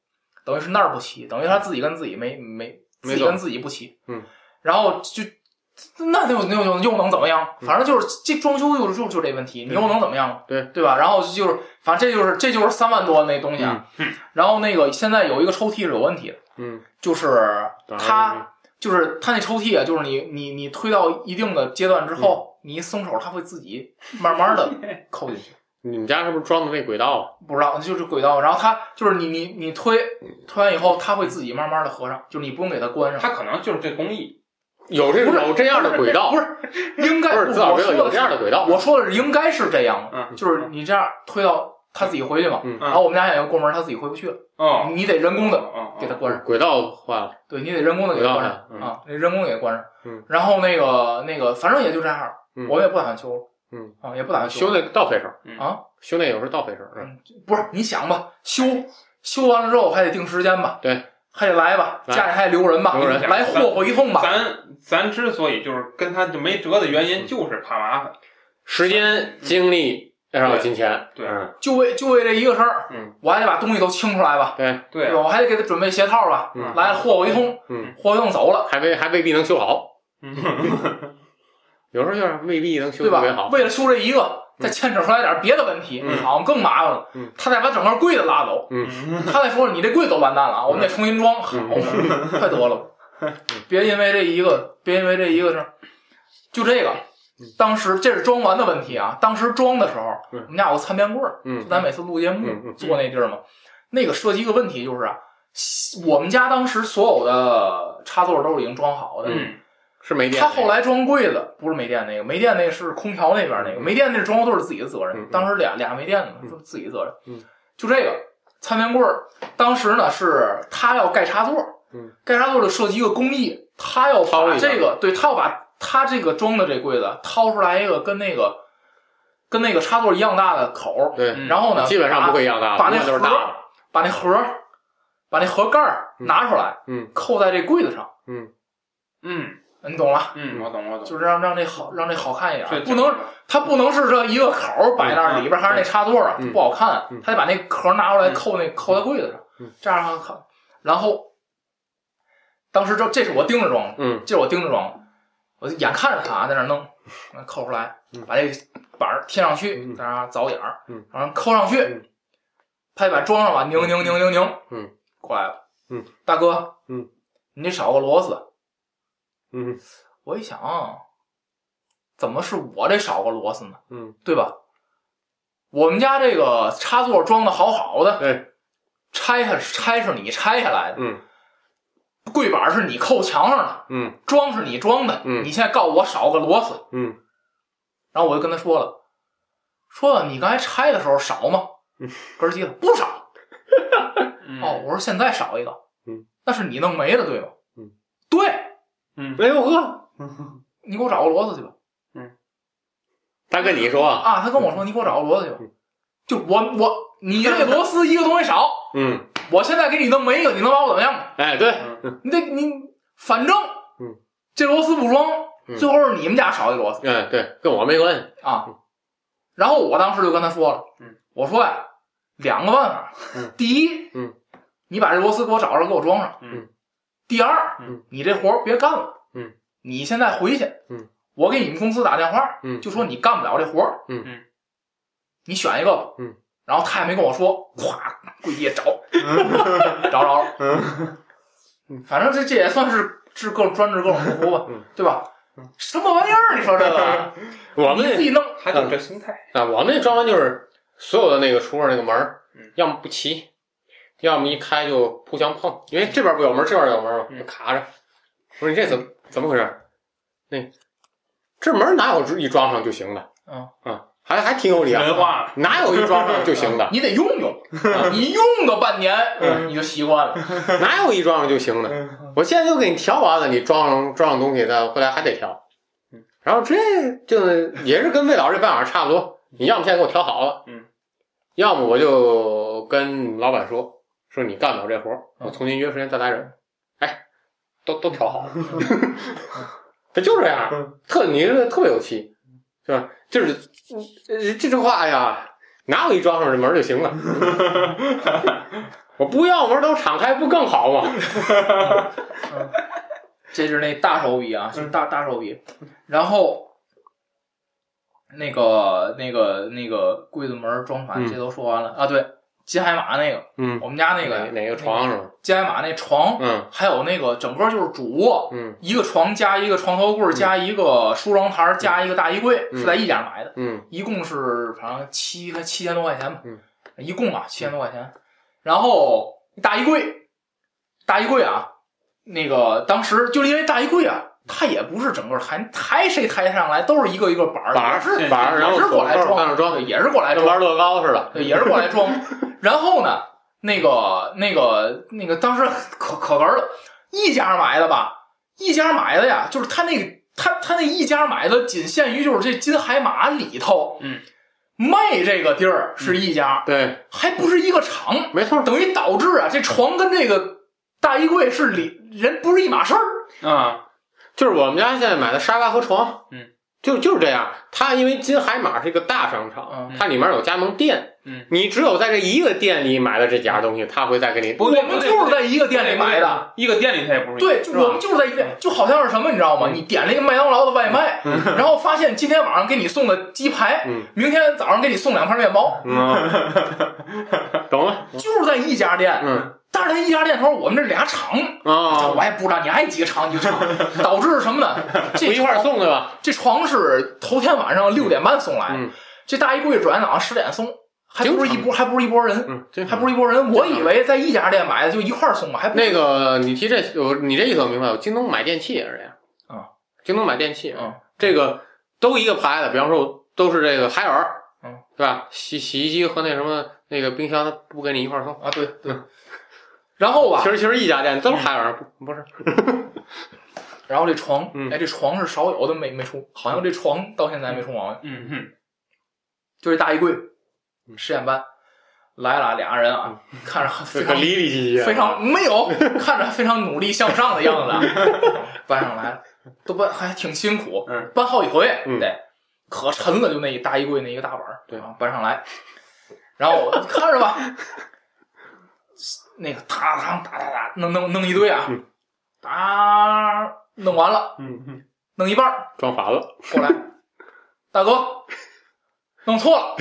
等于是那儿不齐，等于他自己跟自己没没自己跟自己不齐， 嗯， 然后就那就又又又能怎么样？反正就是这装修就就就这问题，你又能怎么样？ 对对吧？然后就是反正这就是这就是三万多那东西啊， 嗯， 然后那个现在有一个抽屉是有问题的， 嗯， 就是它。就是它那抽屉啊，就是你你你推到一定的阶段之后，嗯、你一松手，它会自己慢慢的扣进去。 你们家是不是装的那轨道啊？ 不知道，就是轨道。然后它就是你你你推推完以后，它会自己慢慢的合上，就是你不用给它关上。 它可能就是这工艺有这有这样的轨道， 不是应该不是我说的有这样的轨道， 我说的是应该是这样的， 嗯、 就是你这样推到它自己回去嘛。 嗯、 然后我们家也有个过门，它自己回不去了。 哦， 你得人工的给它关上。 轨道坏了， 对你得人工的给它关上、 嗯、 啊，那人工给它关上。 嗯， 然后那个那个，反正也就这样， 嗯、 我也不打算修。 嗯啊，也不打算修。修那倒费手啊， 修那有时候倒费手。 嗯，不是你想吧，修修完了之后还得定时间吧？ 对， 还得来吧，家里还得留人吧， 留人来霍霍一通吧。 咱咱之所以就是跟他就没辙的原因，就是怕麻烦， 时间、精力。然后金钱， 对， 嗯， 就为就为这一个事儿， 嗯， 我还得把东西都清出来吧， 对对， 我还得给他准备鞋套吧， 嗯， 来霍霍一通， 嗯， 霍霍一通走了， 还未还未必能修好， 嗯， 有时候就是未必能修特别好， 为了修这一个，再牵扯出来点别的问题， 嗯， 好像更麻烦了， 嗯， 他再把整个柜子拉走， 嗯， 他再说你这柜子都完蛋了啊，我们得重新装，好嘛，快得了，别因为这一个，别因为这一个事儿，就这个。当时这是装完的问题啊！当时装的时候， 嗯、 我们家有参边柜儿， 嗯， 就咱每次录节目、 嗯、 坐那地儿嘛。那个涉及一个问题就是啊，我们家当时所有的插座都是已经装好的， 嗯，是煤电。 他后来装柜子不是煤电那个，煤电那个是空调那边那个，煤电那个装修都是自己的责任。 嗯、 当时俩俩煤电的嘛，都是自己的责任。 嗯， 就这个参边柜儿，当时呢是他要盖插座， 嗯， 盖插座的涉及一个工艺，他要把这个，对他要把。他这个装的这柜子掏出来一个跟那个跟那个插座一样大的口， 对， 然后呢， 基本上不会一样大， 把那盒大把那盒把那盒盖拿出来， 嗯， 扣在这柜子上， 嗯嗯， 你懂了？ 嗯，我懂我懂， 就是让让这好让这好看一点，不能它不能是这一个口摆那儿，里边还是那插座啊， 嗯、 不好看， 嗯、 他得把那壳拿出来扣那扣在柜子上， 嗯、 这样好看。然后当时这这是我盯着装的， 嗯， 这是我盯着装的。我就眼看着他在那弄，扣出来，把这个板贴上去，在那凿眼儿， 嗯， 然后扣上去，他得把装上吧，拧拧拧拧拧， 嗯， 过来了， 嗯， 大哥， 嗯， 你这少个螺丝， 嗯， 我一想，怎么是我这少个螺丝呢？ 嗯， 对吧？我们家这个插座装的好好的， 对， 拆下拆是你拆下来的， 嗯。 柜板是你扣墙上的， 嗯， 装是你装的， 嗯， 你现在告诉我少个螺丝， 嗯， 然后我就跟他说了，说了你刚才拆的时候少吗？ 嗯， 哥儿几个不少， 嗯、 哦，我说现在少一个， 嗯， 那是你弄没的对吗？ 嗯， 对， 嗯， 哎呦呵， 你给我找个螺丝去吧， 嗯，他跟你说啊，他跟我说你给我找个螺丝去吧，嗯、就我我你这螺丝一个东西少， 嗯。 我现在给你弄没一个，你能把我怎么样？ 哎，对， 嗯、你得你反正， 嗯， 这螺丝不装， 嗯、 最后是你们家少一螺丝。 哎，对，跟我没关系啊。然后我当时就跟他说了， 嗯， 我说呀，两个办法， 嗯， 第一， 嗯， 你把这螺丝给我找着，给我装上， 嗯， 第二， 嗯， 你这活别干了， 嗯， 你现在回去， 嗯， 我给你们公司打电话， 嗯， 就说你干不了这活， 嗯嗯， 你选一个吧， 嗯。 然后他也没跟我说，咵，跪地下找，找着了。嗯，反正这这也算是治各种专治各种不服吧， 嗯、 对吧？什么玩意儿？你说这个？ 我们你自己弄， 还有这心态啊！我们那装完就是所有的那个橱柜那个门， 嗯， 要么不齐，要么一开就互相碰，因为这边不有门，这边有门嘛，就卡着。我说你这怎么怎么回事？那这门哪有一装上就行的？ 嗯啊。还还挺有理啊！哪有一装上就行的？ 你得用用，你用个半年， 嗯、 你就习惯了。 哪有一装上就行的？我现在就给你调完了，你装上装上东西，再回来还得调。然后这就也是跟魏老这办法差不多。你要么现在给我调好了， 嗯， 要么我就跟老板说，说你干不了这活，我重新约时间再来人。哎，都都调好了，他就这样，特你这特别有气，是吧？就是，呃，这句话呀，哪有一装上这门就行了？ 我不要门都敞开不更好吗？ 嗯，这是那大手笔啊，是大大手笔。然后那个那个那个柜子门装反，这都说完了、嗯、啊。对，金海马那个， 嗯， 我们家那个哪哪个床是吗？ 金海马那床， 嗯， 还有那个整个就是主卧， 嗯， 一个床加一个床头柜、嗯、加一个梳妆台、嗯、加一个大衣柜、嗯，是在一家买的， 嗯， 一共是反正七个七千多块钱吧， 嗯， 一共啊七千多块钱。然后大衣柜，大衣柜啊，那个当时就是因为大衣柜啊。它也不是整个抬抬谁抬上来，都是一个一个板儿， 板是板儿，然后是过来装， 装， 也是过来装， 玩乐高似的， 对，也是过来装。然后呢，那个那个那个当时可可哏了，一家买的吧，一家买的呀，就是他那个他他那一家买的仅限于就是这金海马里头， 嗯， 卖这个地儿是一家， 嗯、对， 还不是一个厂， 没错， 等于导致啊，这床跟这个大衣柜是里人不是一码事儿啊。就是我们家现在买的沙发和床， 嗯， 就就是这样。它因为金海马是一个大商场， 嗯、 它里面有加盟店， 嗯， 你只有在这一个店里买的这家东西，他会再给你。 我们就是在一个店里买的， 一个店里它也不是。 对，我们就是在一个店，就好像是什么，你知道吗？ 嗯、 你点了一个麦当劳的外卖， 嗯、 然后发现今天晚上给你送的鸡排， 嗯、 明天早上给你送两片面包， 嗯，懂了， 就是在一家店， 嗯。 但是他一家店头，我们这俩厂啊， 我也不知道你爱几个厂几个厂，导致是什么呢？这一块送对吧？ 这床是头天晚上六点半送来， 嗯、 这大衣柜转早上十点送，还不是一波，还不是一波人， 嗯、 还不是一波人。我以为在一家店买的就一块送嘛，还不那个你提这，我你这意思我明白。我京东买电器也是这样啊， 京东买电器， 嗯， 这个都一个牌子，比方说都是这个海尔， 嗯， 对吧？洗洗衣机和那什么那个冰箱，它不给你一块送啊？对对。然后吧， 其实其实一家店都是海尔，嗯、不是。 然后这床， 嗯、 哎，这床是少有的没没出，好像这床到现在没出毛病。 嗯哼， 就这大衣柜，十点半来了俩人啊，嗯、看着非常离离唧唧， 非常没有，看着非常努力向上的样子，搬上来了，都搬还挺辛苦， 嗯， 搬好几回， 嗯， 对，可沉了，就那一大衣柜那一个大板儿， 对啊，搬上来，然后我看着吧。那个哒哒哒哒哒，弄弄弄一堆啊， 嗯、 哒弄完了， 嗯嗯， 弄一半装反了， 过来，大哥，弄错了，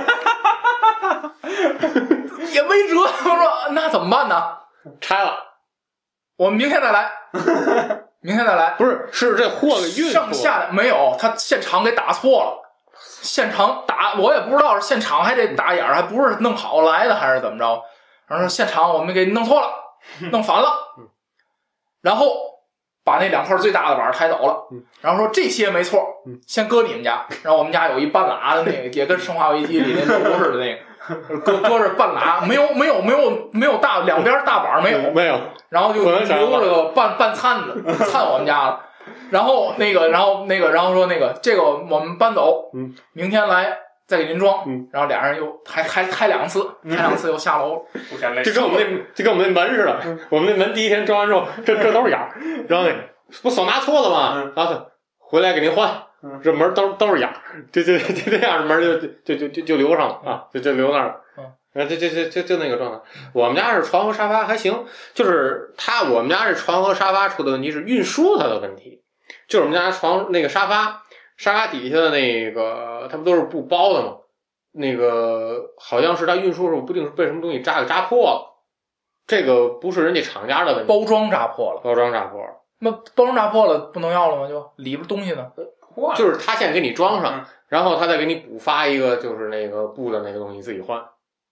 也没辙。我说那怎么办呢？ 拆了， 我们明天再来，明天再来。 不是，是这货给运上下的没有，他现场给打错了。现场打我也不知道是现场还得打眼儿，还不是弄好来的，还是怎么着？然后说现场我们给弄错了，弄反了，然后把那两块最大的板抬走了，然后说这些没错，先搁你们家。然后我们家有一半拉的那个，也跟《生化危机》里那楼似的那个，搁搁着半拉，没有没有没有没有大两边大板没有没有， 然后就留着个半半灿子灿我们家了。然后那个然后那个然后说那个这个我们搬走， 嗯， 明天来。再给您装， 嗯， 然后俩人又开开开两次，开两次又下楼， 就跟我们那就跟我们那门似的，我们那门第一天装完之后，这这都是眼儿，然后那不手拿错了吗？然后他回来给您换，这门都都是眼儿，就就就这样的门就就就就就留上了啊，就就留那儿了，嗯，就就就就就那个状态。我们家是床和沙发还行，就是他我们家这床和沙发出的问题是运输它的问题，就是我们家床那个沙发。沙发底下的那个，它不都是布包的吗？那个好像是它运输时候不定是被什么东西扎给扎破了，这个不是人家厂家的问题。 包装扎破了， 包装扎破了。 那包装扎破了不能要了吗？就里边东西呢？ 就是他先给你装上，嗯、然后他再给你补发一个，就是那个布的那个东西自己换，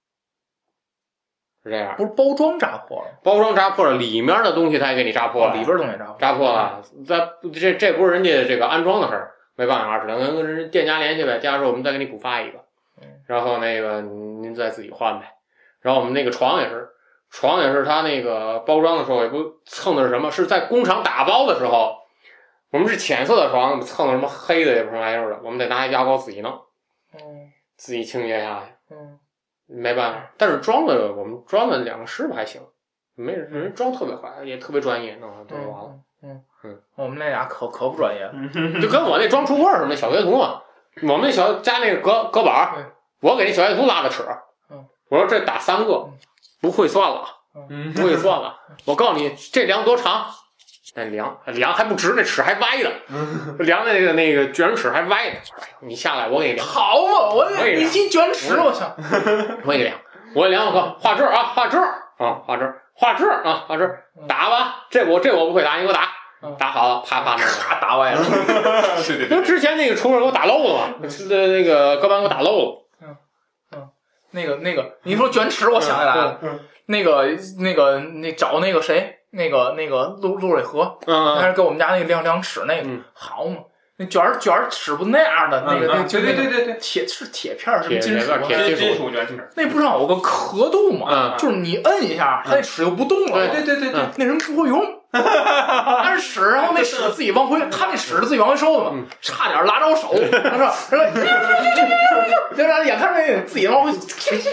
是这样。 不是包装扎破了， 包装扎破了，里面的东西他也给你扎破了， 哦、里边东西扎破了， 扎破了。咱这这不是人家这个安装的事儿。没办法，只能跟人店家联系呗。店家说我们再给你补发一个，然后那个您再自己换呗。然后我们那个床也是，床也是他那个包装的时候也不蹭的是什么，是在工厂打包的时候，我们是浅色的床，蹭的什么黑的也不是玩意儿的，我们得拿牙膏自己弄， 嗯， 自己清洁下去， 嗯， 没办法。但是装的我们装的两个师傅还行，没人装特别快，也特别专业，弄就完了。 嗯嗯，我们那俩可可不专业了， 就跟我那装橱柜似的，那小学徒嘛。我们那小家那个隔隔板，我给那小学徒拉的尺，我说这打三个，不会算了， 嗯，不会算了。我告诉你，这梁多长？那梁梁还不直，那尺还歪的。梁的那个那个卷尺还歪的。你下来，我给你量。 好嘛，我你一卷尺，我想， 我给你量，我量个画这儿啊，画这儿啊，画这儿，画这儿啊，画这儿，打吧。这我这我不会打，你给我打。打好了，啪啪那咔打歪了。 对对对，因为之前那个厨师给我打漏了嘛，那那个搁班给我打漏了。 嗯嗯，那个那个，你说卷尺，我想起来了。嗯，那个那个那找那个谁，那个那个陆陆蕊河，嗯，还是给我们家那个量量尺那个，好嘛。那卷卷尺不那样的，那个那对对对对对， 铁是铁片什么金属， 铁金属卷尺， 那不是有个刻度吗？就是你摁一下，它那尺就不动了。 对对对对， 那人不会用。按尺，然后那尺自己往回，他那尺自己往回收的嘛，差点拉着手，他说说，就让眼看那自己往回，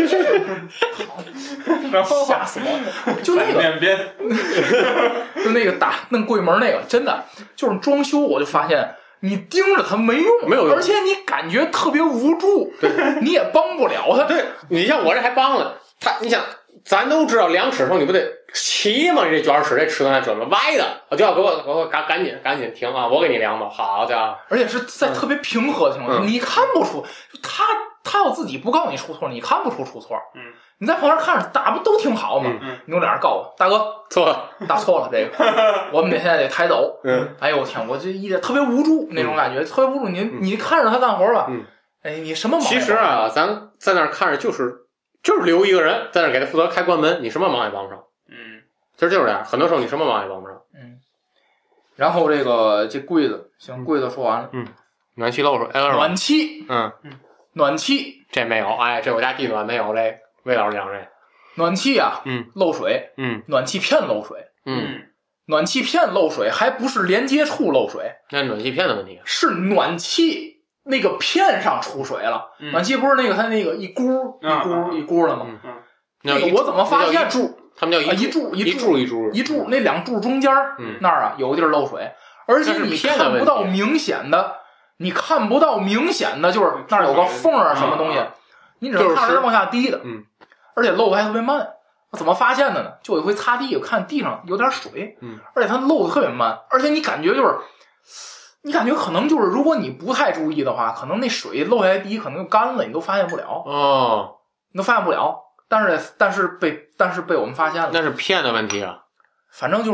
然后吓死我，就那个，就那个打弄柜门那个，真的就是装修，我就发现你盯着他没用， 没有用， 而且你感觉特别无助，对，你也帮不了他。 对，你像我这还帮了他，你想。咱都知道量尺头你不得齐吗？你这卷尺这尺寸还准吗？歪的，我就要给我给我赶赶紧赶紧停啊！我给你量吧，好的。 而且是在特别平和的情况下，嗯、你看不出他他要自己不告诉你出错，你看不出出错。嗯，你在旁边看着打不都挺好吗？嗯，扭脸告我大哥错了， 打错了这个，我们得现在得抬走。嗯，哎呦我天，我这一点特别无助那种感觉，嗯、特别无助。你你看着他干活吧，嗯，哎，你什么忙？ 其实啊，咱在那儿看着就是。就是留一个人在那给他负责开关门，你什么忙也帮不上。嗯，其实就是这样，很多时候你什么忙也帮不上。 嗯，然后这个这柜子，行，柜子说完了。 嗯，暖气漏水，哎， 暖气， 嗯嗯，暖气这没有，哎，这我家地暖没有这，魏老师讲这暖气啊， 嗯， 漏水， 嗯， 暖气片漏水， 嗯， 暖气片漏水还不是连接处漏水， 那暖气片的问题是暖气。那个片上出水了，嗯、暖气不是那个它那个一箍、嗯、一箍、嗯、一箍的吗？嗯嗯、那个我怎么发现？ 一柱，他们叫一柱、 啊、一柱一柱一柱，那两柱中间、嗯、那儿啊有个地儿漏水，而且你看不到明显的，你看不到明显的，就是那儿有个缝啊什么东西，嗯、你只能看着它往下滴的， 嗯， 而且漏的还特别慢。我怎么发现的呢？就有一回擦地，我看地上有点水， 嗯， 而且它漏的特别慢，而且你感觉就是。你感觉可能就是，如果你不太注意的话，可能那水漏下来滴，可能就干了，你都发现不了哦， 你都发现不了。但是，但是被，但是被我们发现了， 那是片的问题啊。 反正就是，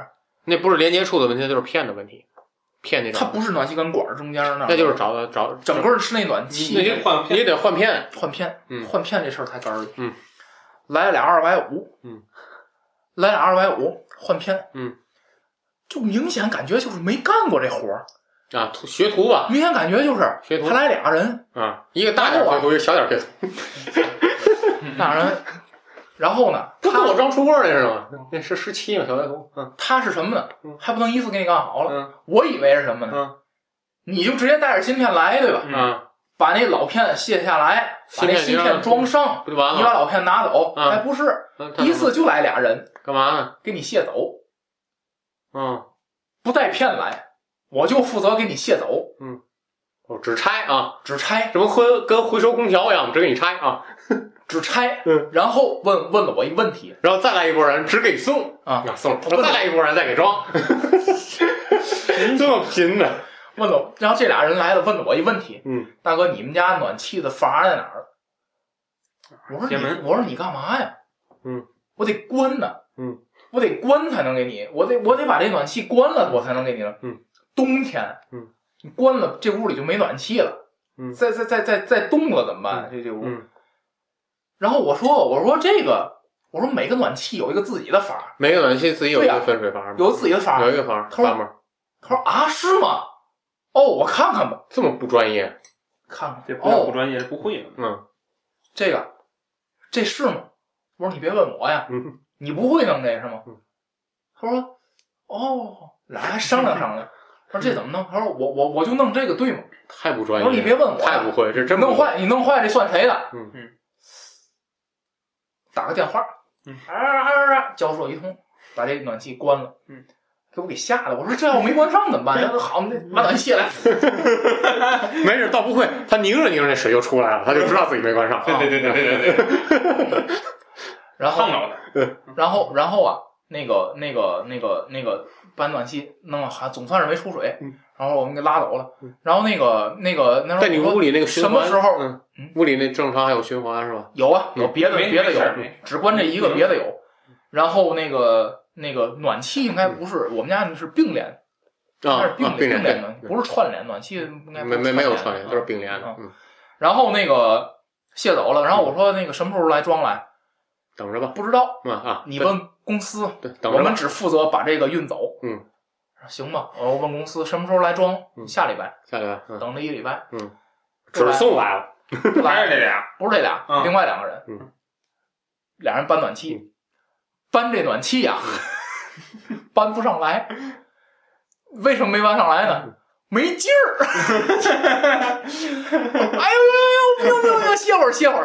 那不是连接处的问题，就是片的问题。片那种， 它不是暖气跟管中间那， 那就是找找整个是那暖气， 那就换片，你得换片， 换片， 嗯， 换片这事儿太干了。 嗯， 来俩二百五， 嗯， 来俩二百五换片， 嗯。 就明显感觉就是没干过这活儿啊，学徒吧， 明显感觉就是学徒。 他来俩人啊，一个大点学徒，一个小点学徒， 俩人。然后呢， 不跟我装出锅那是吗？那是十七个小学徒。嗯， 他是什么呢？还不能一次给你干好了。 嗯， 我以为是什么呢？ 嗯， 你就直接带着芯片来，对吧？ 嗯， 把那老片卸下来，把那芯片装上， 不就完了？ 你把老片拿走， 还不是一次就来俩人， 干嘛呢？ 给你卸走。 嗯。 不带片来，我就负责给你卸走。 嗯，我只拆啊， 只拆， 这不跟跟回收空调一样，只给你拆啊， 只拆。 嗯， 然后问问了我一问题， 然后再来一波人，只给送啊， 送，然后再来一波人再给装，这么拼的。 问了，然后这俩人来了，问了我一问题， 嗯， 大哥，你们家暖气的阀在哪儿？我说你，我说你干嘛呀？ 嗯， 我得关呢。 嗯。 我得关才能给你，我得我得把这暖气关了，我才能给你了。 嗯， 冬天， 嗯， 你关了，这屋里就没暖气了。 嗯， 再再再再再冻了怎么办？ 嗯、 这这屋。 嗯。 然后我说我说这个，我说每个暖气有一个自己的阀， 每个暖气自己有一个分水阀吗？ 有自己的阀， 有一个阀。 他说他说啊是吗？哦，我看看吧。 这么不专业？ 看看这不叫不专业，不会了。 嗯， 这个这是吗？我说你别问我呀。 嗯。 你不会弄这是吗？ 嗯， 他说：“哦，俩人还商量商量。他说这怎么弄？他说我我我就弄这个对吗？ 太不专业。 我说你别问我， 太不会，这真弄坏，你弄坏这算谁的？ 嗯嗯。打个电话， 嗯， 啊啊啊，交涉一通，把这暖气关了。 嗯， 给我给吓的。我说这要没关上怎么办？他说好，把暖气卸来。 没事，倒不会，他拧着拧着那水就出来了，他就知道自己没关上。 对对对对对对对。 然后烫着的， 然后然后啊，那个那个那个那个搬暖气弄了，还总算是没出水， 嗯、 然后我们给拉走了。嗯、然后那个那个那时候， 在你屋里那个循环什么时候？ 嗯，屋里那正常还有循环是吧？ 有啊，有别的别的有，只关这一个，别的有。然后那个那个暖气应该不是，我们家是并联。 啊， 是并并联的，不是串联暖气，应该没没没有串联，都是并联的。 嗯，然后那个卸走了，然后我说那个什么时候来装来？ 等着吧， 不知道。 啊啊， 你问公司， 对，等着我们只负责把这个运走。 嗯， 行吧，我问公司什么时候来装？下礼拜， 下礼拜， 等了一个礼拜。 嗯，只是送来了， 还是这俩？ 不是这俩，另外两个人。 嗯， 俩人搬暖气，搬这暖气呀，搬不上来。为什么没搬上来呢？没劲儿。哎呦呦呦！不行不行不行，歇会儿歇会儿。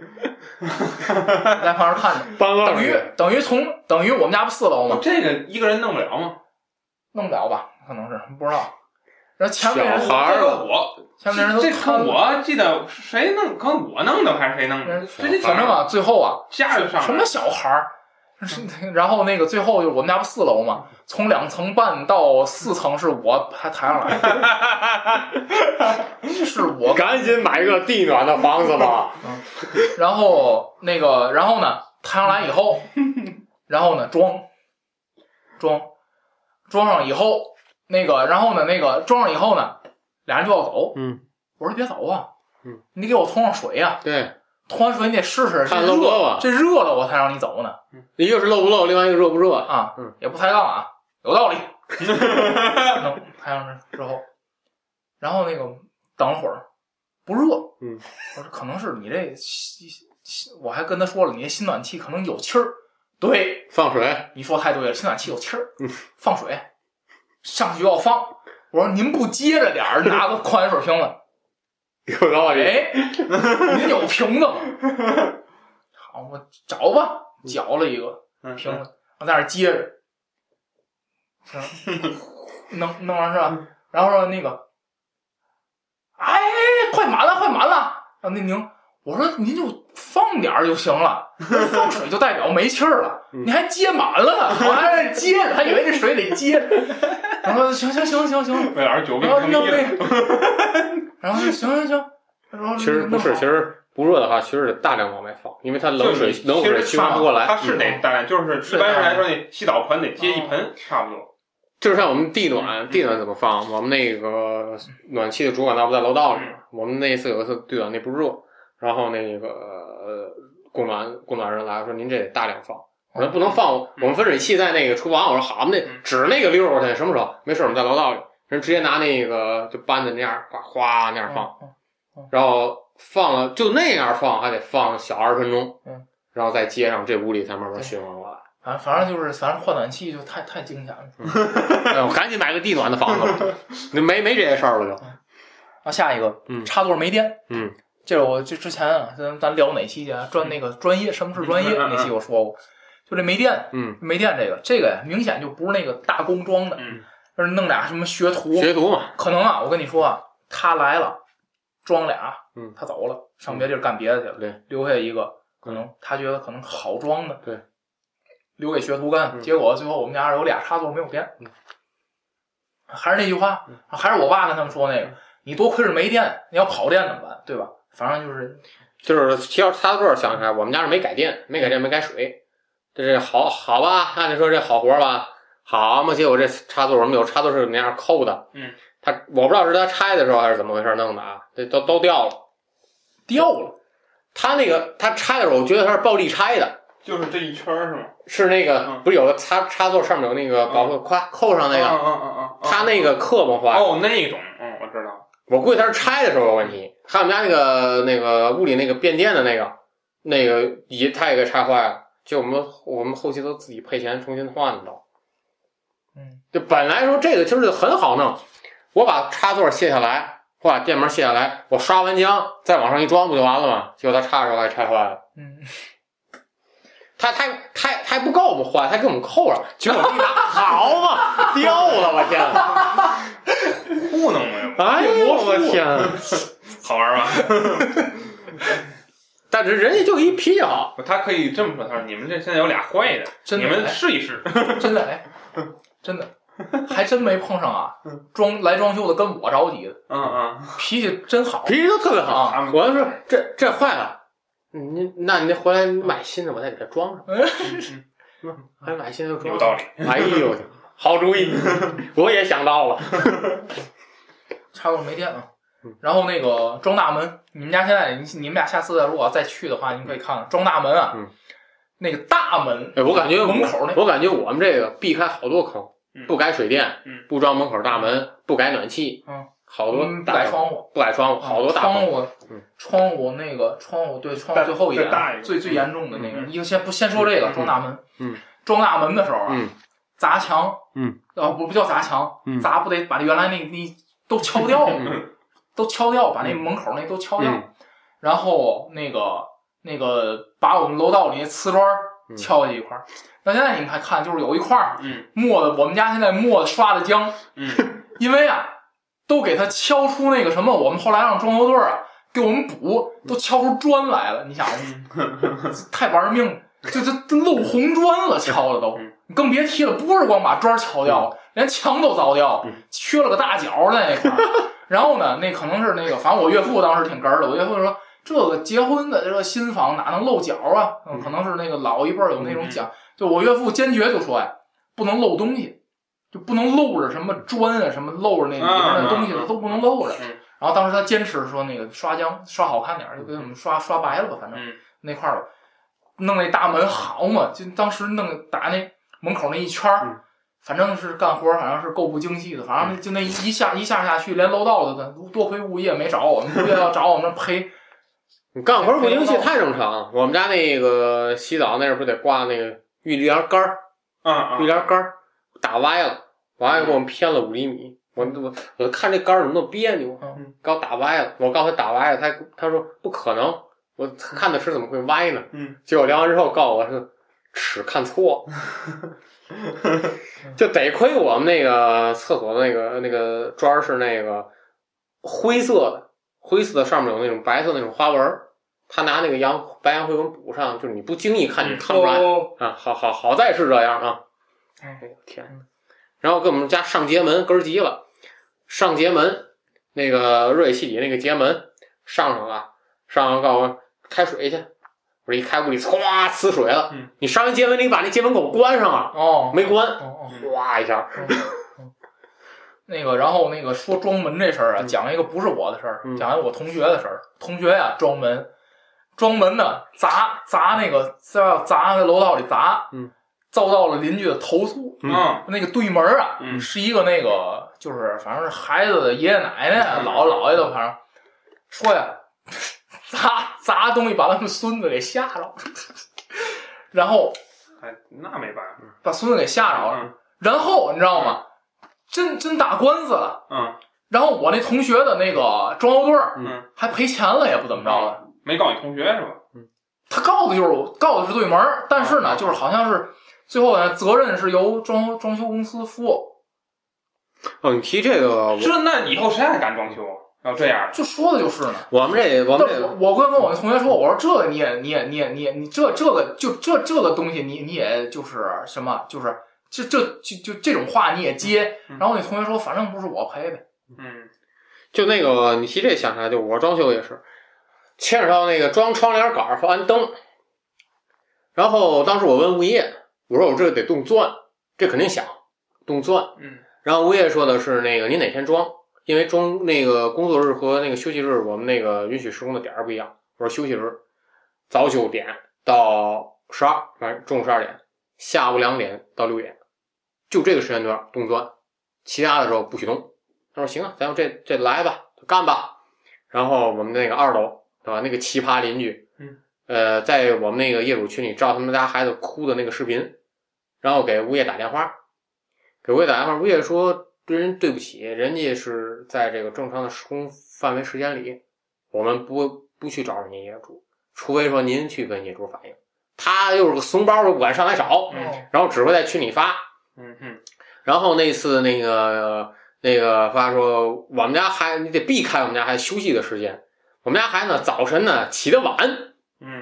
在旁边看着，等于等于从等于我们家不四楼吗？ 这个一个人弄不了吗？ 弄不了吧？可能是不知道。然后前面人小孩儿， 我前面人都这看我记得谁弄？看我弄的还是谁弄的？ 反正啊，最后啊， 下就上什么小孩儿。然后那个最后就是我们家不四楼嘛，从两层半到四层是我还抬上来，是我赶紧买个地暖的房子吧。 嗯，然后那个，然后呢，抬上来以后，然后呢装装装上以后，那个然后呢那个装上以后呢，俩人就要走。 嗯， 我说别走啊， 嗯， 你给我通上水呀、啊。 对。 通完水你得试试， 看漏不漏啊？ 这热了我才让你走呢。 一个是漏不漏，另外一个热不热啊？ 嗯， 也不抬杠啊，有道理。能抬上去之后，然后那个等会儿不热， 嗯， 我说可能是你这，我还跟他说了，你这新暖气可能有气儿。对， 放水， 你说太对了，新暖气有气儿， 嗯， 放水，上去就要放。我说您不接着点儿，拿个矿泉水瓶子。 有道理。 哎，您有瓶子吗？好，我找吧，搅了一个瓶子，我在那儿接着，弄弄完是吧？然后说那个，哎，快满了，快满了。然后那宁，我说您就放点儿就行了，放水就代表没气儿了，你还接满了呢，我还在接着，还以为这水得接着。然后行行行行行， 魏老师酒病成医了。 然后行行行， 其实不是，其实不热的话，其实得大量往外放，因为它冷水冷水循环不过来。 它是得大量，就是一般人来说，你洗澡盆得接一盆，差不多。 就像我们地暖，地暖怎么放？我们那个暖气的主管道不在楼道里吗？我们那一次有一次地暖那不热，然后那个呃供暖供暖人来说，您这得大量放。我说不能放，我们分水器在那个厨房。我说好，我们得指那个溜儿去，什么时候？没事，我们在楼道里，人直接拿那个就搬的那样，哗哗那样放，然后放了就那样放，还得放小二十分钟，然后再接上，这屋里才慢慢循环过来。 反正反正就是，反正换暖气就太太惊险了。 哎，我赶紧买个地暖的房子了，没没这些事儿了就。 啊，下一个， 嗯， 插座没电， 嗯， 这是我这之前啊，咱咱聊哪期去啊？专那个专业，什么是专业？那期我说过，就这没电， 嗯， 没电这个，这个呀，明显就不是那个大工装的， 嗯， 就是弄俩什么学徒， 学徒嘛， 可能啊，我跟你说啊，他来了，装俩， 嗯， 他走了，上别地儿干别的去了， 对， 留下一个，可能他觉得可能好装的， 对。 留给学徒干， 嗯、 结果最后我们家有俩插座没有电，嗯、还是那句话，嗯、还是我爸跟他们说那个，你多亏是没电，你要跑电怎么办？对吧？反正就是就是提到插座想起来，我们家是没改电，没改电没改水，这是好好吧？按理说这好活吧，好嘛？结果这插座我们有插座是那样扣的， 嗯， 他我不知道是他拆的时候还是怎么回事弄的啊，这都都掉了， 掉了。 他那个他拆的时候，我觉得他是暴力拆的。 就是这一圈是吗？ 是那个、 嗯、 不是有个插插座上面有那个保护，快、嗯、扣上那个， 嗯嗯嗯嗯， 他那个刻嘛坏。 哦，那种，嗯，我知道。 我估计他是拆的时候有问题，他们家那个那个屋里那个变电的那个那个也他也给拆坏了，就我们我们后期都自己赔钱重新换的都。 嗯， 就本来说这个就是很好弄，我把插座卸下来，或把电门卸下来，我刷完浆再往上一装不就完了吗？结果他插的时候还拆坏了。 嗯。 他他他还不告我们换，他给我们扣上，结果我一拿，好嘛，掉了，我天！ 糊弄我呀！ 哎呦，我天！ 好玩吧？ 但是人家就一脾气好， 他可以这么说，他说你们这现在有俩坏的， 真的你们试一试， 真的哎，真的。还真没碰上啊！装来装修的跟我着急的， 嗯嗯， 脾气真好， 脾气都特别好。 啊、 我就说这这坏了，你那你得回来买新的，我再给它装上。嗯，还买新的装上， 有道理。 哎呦，好主意，我也想到了。 差不多没电了。然后那个装大门，你们家现在你你们俩下次如果再去的话，你可以看看装大门啊， 嗯、 那个大门， 哎，我感觉门口那， 我感觉我们这个避开好多坑。不改水电， 嗯， 不装门口大门，不改暖气， 嗯， 好多不改窗户， 不改窗户，好多大窗户， 嗯， 窗户那个窗户对窗户最后一点最最严重的那个，你就先不先说这个装大门， 嗯， 装大门的时候啊， 嗯， 砸墙， 嗯， 啊不不叫砸墙， 嗯， 砸不得把原来那那都敲掉，都敲掉，把那门口那都敲掉，然后那个那个把我们楼道里那瓷砖敲下去一块儿。那现在你们还看，就是有一块儿， 嗯， 磨的，我们家现在磨的刷的浆， 嗯， 因为啊，都给它敲出那个什么，我们后来让装修队啊给我们补，都敲出砖来了。你想，太玩命了，这这漏红砖了，敲的都，你更别提了，不是光把砖敲掉，连墙都凿掉，缺了个大角在那块儿。然后呢，那可能是那个，反正我岳父当时挺哏儿的，我岳父说。这个结婚的这个新房哪能漏角啊？嗯，可能是那个老一辈有那种讲，就我岳父坚决就说呀，不能漏东西，就不能漏着什么砖啊，什么漏着那里边的东西的都不能漏着。然后当时他坚持说那个刷浆刷好看点，就给我们刷刷白了吧，反正那块儿弄那大门好嘛，就当时弄打那门口那一圈儿，反正是干活，反正是够不精细的，反正就那一下一下下去，连楼道的多亏物业没找我们，物业要找我们赔。 你干活不精细太正常了。我们家那个洗澡那儿不得挂那个浴帘杆儿， 嗯， 浴帘杆儿打歪了，完了给我们偏了五厘米。我我我看这杆儿怎么那么别扭， 嗯， 给我打歪了。我告诉他打歪了，他他说不可能，我看的是怎么会歪呢？ 嗯， 结果量完之后告诉我是尺看错，就得亏我们那个厕所的那个那个砖是那个灰色的。灰色的上面有那种白色那种花纹，他拿那个洋白洋灰纹补上，就是你不经意看你看不出来、 哦、 啊。好好好在是这样啊！哎呦天！然后给我们家上节门根儿急了，上节门那个热水器里那个节门上上了，上上告诉我开水去，我一开屋里唰呲水了。 嗯， 你上完节门，你把那节门给我关上啊！ 哦， 没关， 哦哦， 哗一下。 嗯那个，然后那个说装门这事儿啊，讲一个不是我的事儿，讲一个我同学的事儿。同学呀、啊，装门，装门呢，砸砸那个在砸那楼道里砸， 嗯， 遭到了邻居的投诉。 嗯， 那个对门啊， 嗯， 是一个那个就是反正是孩子的爷爷奶奶、姥姥姥爷的，反正说呀，砸砸东西把他们孙子给吓着，然后， 哎，那没办法， 把孙子给吓着了。然后你知道吗？真真打官司了， 嗯， 然后我那同学的那个装修队， 嗯， 还赔钱了，也不怎么着的， 没告你同学是吧？ 嗯，他告的就是告的是对门，但是呢，就是好像是最后呢，责任是由装装修公司负。 哦，你提这个， 这那以后谁还敢装修？要这样， 就说的就是呢。 我们这，我们这， 我跟跟我那同学说，我说这个你也你也你也你也你这这个就这这个东西你你也就是什么就是。这这就就这种话你也接，然后那同学说，反正不是我赔呗。 嗯， 就那个你提这想起来，就我装修也是，牵扯到那个装窗帘杆和安灯。然后当时我问物业，我说我这个得动钻，这肯定响，动钻。 嗯， 然后物业说的是那个你哪天装，因为装那个工作日和那个休息日，我们那个允许施工的点儿不一样。我说休息日早九点到十二，反正中午十二点，下午两点到六点。就这个时间段动钻，其他的时候不许动。他说行啊，咱们这这来吧，就干吧。然后我们那个二楼，对吧？那个奇葩邻居， 嗯， 呃，在我们那个业主群里照他们家孩子哭的那个视频，然后给物业打电话，给物业打电话，物业说对人对不起，人家是在这个正常的施工范围时间里，我们不不去找人家业主，除非说您去跟业主反映。他又是个怂包，不敢上来找， 嗯， 然后只会在群里发。 嗯哼， 然后那次那个那个发说，我们家孩子你得避开我们家孩子休息的时间。我们家孩子呢早晨呢起得晚， 嗯，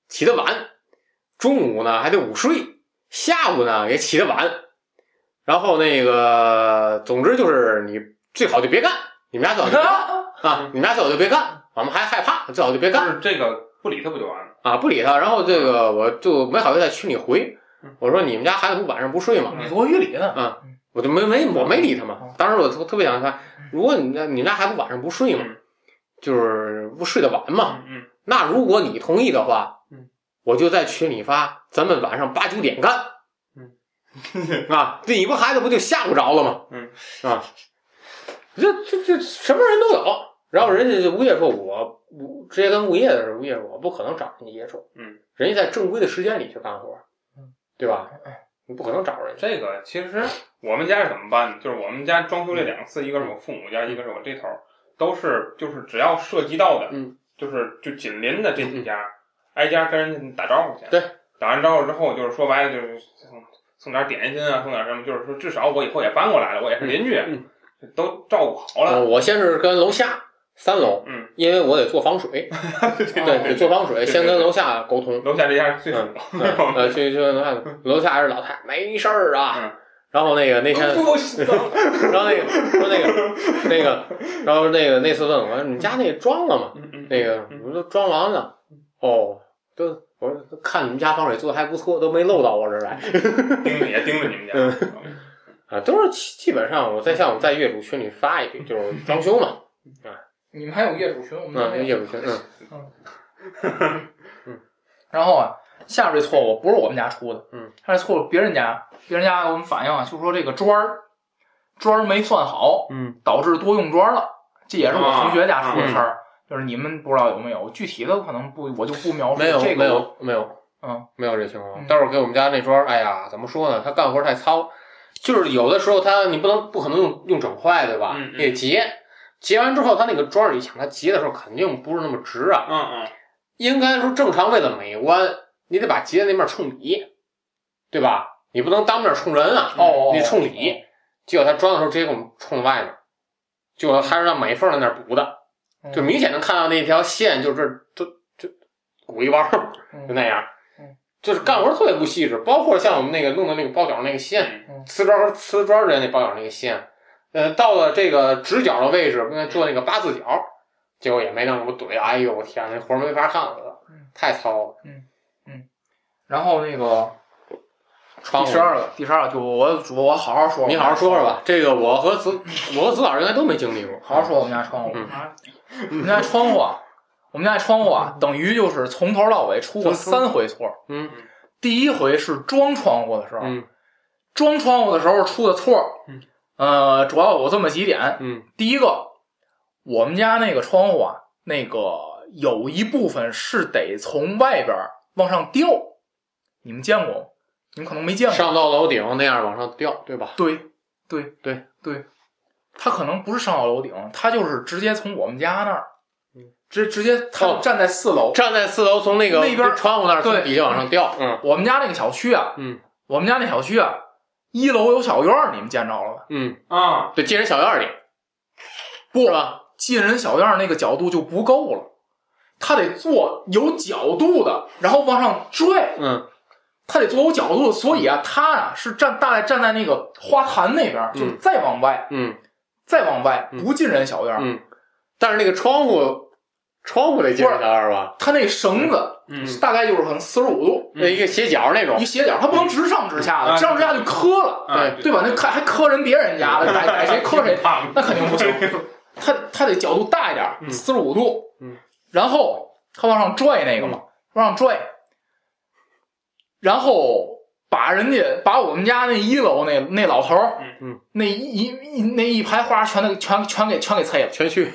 起得晚，中午呢还得午睡，下午呢也起得晚，然后那个总之就是你最好就别干，你们家最好就别干啊，你们家最好就别干，我们还害怕，最好就别干。 就是这个不理他不就完了啊？不理他，然后这个我就没好意思在群里回，我说你们家孩子不晚上不睡吗？ 你多余理呢啊，我就没没我没理他嘛。当时我特特别想说，如果你们家你们家孩子晚上不睡嘛，就是不睡得晚嘛， 嗯， 那如果你同意的话， 嗯， 我就在群里发，咱们晚上八九点干，嗯，啊，这你不孩子不就吓不着了吗？ 嗯， 啊，这这这什么人都有。然后人家物业说我，我直接跟物业的时候，物业说我不可能找人家接受， 嗯， 人家在正规的时间里去干活，嗯，对吧？你不可能找人家。 这个其实我们家是怎么办呢？就是我们家装修这两次，一个是我父母家，一个是我这头，都是就是只要涉及到的， 嗯， 就是就紧邻的这几家，挨家跟人家打招呼去。 对， 打完招呼之后，就是说白了就是送送点点心啊，送点什么，就是说至少我以后也搬过来了，我也是邻居， 嗯， 都照顾好了。 嗯、我先是跟楼下。三楼， 嗯， 因为我得做防水，对，得做防水，先跟楼下沟通。 楼下这家最嗯，呃，去去楼下，楼下还是老太太，没事儿啊。 嗯， 然后那个那天，然后那个说那个那个，然后那个那次问我，你家那装了吗？那个我都装完了。哦，都我说看你们家防水做的还不错，都没漏到我这儿来。 盯着也盯着你们家。 啊，都是基本上我在像我在业主群里发一句，就是装修嘛，啊。 你们还有业主群，我们嗯，业主群，嗯嗯嗯。然后啊，下边这错误不是我们家出的， 嗯， 他这错误别人家，别人家给我们反映啊，就是说这个砖儿砖儿没算好， 嗯， 导致多用砖了。这也是我同学家出的事儿， 嗯、 就是你们不知道有没有具体的，可能不我就不描述。 没有， 这个、 没有，没有， 嗯， 没有这情况。待会儿给我们家那砖，哎呀，怎么说呢？他干活太糙，就是有的时候他你不能不可能用用整块，对吧？ 嗯， 你得截。截完之后，它那个砖儿你想它截的时候肯定不是那么直啊， 嗯嗯， 应该说正常为了美观，你得把截的那面冲里，对吧？你不能当面冲人啊， 哦， 你冲里，结果他装的时候直接给我们冲外面，结果还是让美缝在那儿补的，就明显能看到那条线，就这就就鼓一包，就那样，就是干活特别不细致，包括像我们那个弄的那个包角那个线，瓷砖和瓷砖之间那包角那个线。呃，到了这个直角的位置，跟做那个八字角，结果也没弄，我怼，哎呦我天，那活没法看了，太糙了。 嗯嗯。然后那个第十二个，第十二个就我主我好好说， 你好好说说吧。这个我和子我和子老师应该都没经历过。 好好说我们家窗户， 嗯、 我们家窗户啊，我们家窗户啊，等于就是从头到尾出过三回错。 嗯， 第一回是装窗户的时候， 嗯， 装窗户的时候出的错。 嗯。 呃，主要有这么几点。 嗯， 第一个，我们家那个窗户啊，那个有一部分是得从外边往上吊，你们见过吗？你们可能没见过。 上到楼顶那样往上吊，对吧？ 对，对， 对， 对。它可能不是上到楼顶，它就是直接从我们家那儿，直直接它站在四楼、 哦，站在四楼从那个那边窗户那儿从底下往上吊。嗯， 我们家那个小区啊， 嗯， 我们家那小区啊。一楼有小院儿，你们见着了吧？ 嗯啊， 对，进人小院里， 不是吧？ 进人小院那个角度就不够了，他得做有角度的，然后往上拽。 嗯， 他得做有角度的，所以啊，他啊是站大概站在那个花坛那边， 嗯、 就是再往外， 嗯， 再往外，不进人小院。 嗯，但是那个窗户。窗户得进人小院吧？ 它那绳子， 嗯， 大概就是可能四十五度， 那、嗯、一个斜角那种， 一斜角，它不能直上直下的， 嗯、 直上直下就磕了， 对、 嗯、对吧？那磕还磕人别人家的，逮逮谁磕谁，那肯定不行。它它得角度大一点，四十五度， 嗯， 然后它往上拽那个嘛，嗯、往上拽，然后把人家把我们家那一楼那那老头， 嗯， 那一一那一排花全都全全给全给拆了， 全去。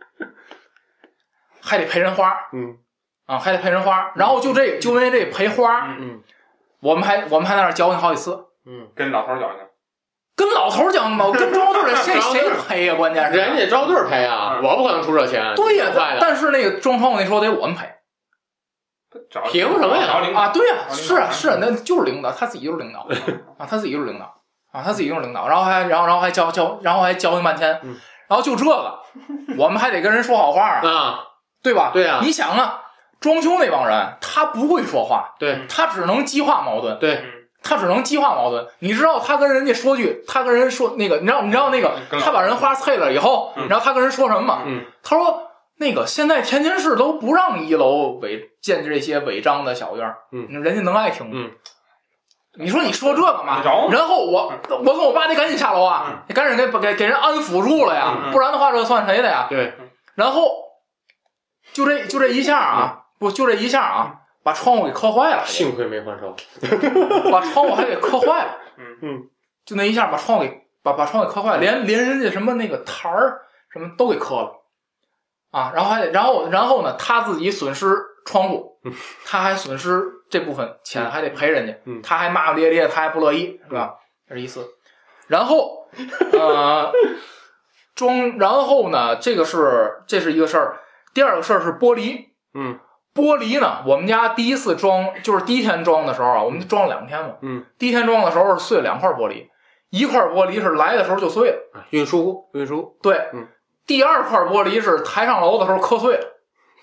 还得赔人花， 嗯， 啊，还得赔人花，然后就这就因为这赔花， 嗯， 我们还我们还在那教训好几次， 嗯，跟老头教训， 跟老头讲嘛，跟招队的谁谁赔呀？关键是人家招队赔啊，我不可能出这钱。 对呀，但是那个装窗户那时候得我们赔， 凭什么呀？ 啊，对呀，是啊是啊，那就是领导，他自己就是领导啊，他自己就是领导啊，他自己就是领导，然后还然后然后还教教，然后还教训半天，然后就这个，我们还得跟人说好话啊。 啊， 对吧？ 对啊， 你想啊， 装修那帮人他不会说话， 对， 他只能激化矛盾， 对， 他只能激化矛盾。你知道他跟人家说句，他跟人说那个，你知道你知道那个，他把人话啐了以后， 嗯、 然后他跟人说什么吗？ 嗯， 他说那个现在天津市都不让一楼违建这些违章的小院， 嗯， 人家能爱听吗？ 嗯。 你说你说这干嘛？然后我我跟我爸得赶紧下楼啊，你赶紧给给给人安抚住了呀，不然的话这算谁的呀？ 对。 然后就这就这一下啊，不就这一下啊，把窗户给磕坏了。 幸亏没还手， 把窗户还给磕坏了。 嗯嗯， 就那一下把窗户给把把窗户给磕坏了，连连人家什么那个台儿什么都给磕了啊，然后还得然后然后呢，他自己损失窗户，他还损失这部分钱，还得赔人家， 嗯、 他还骂骂咧咧，他还不乐意，是吧？这是一次。然后呃，装，然后呢，这个是这是一个事儿。第二个事儿是玻璃， 嗯， 玻璃呢，我们家第一次装就是第一天装的时候啊，我们装了两天嘛， 嗯， 第一天装的时候是碎了两块玻璃，一块玻璃是来的时候就碎了， 运输运输， 对， 嗯， 第二块玻璃是抬上楼的时候磕碎了。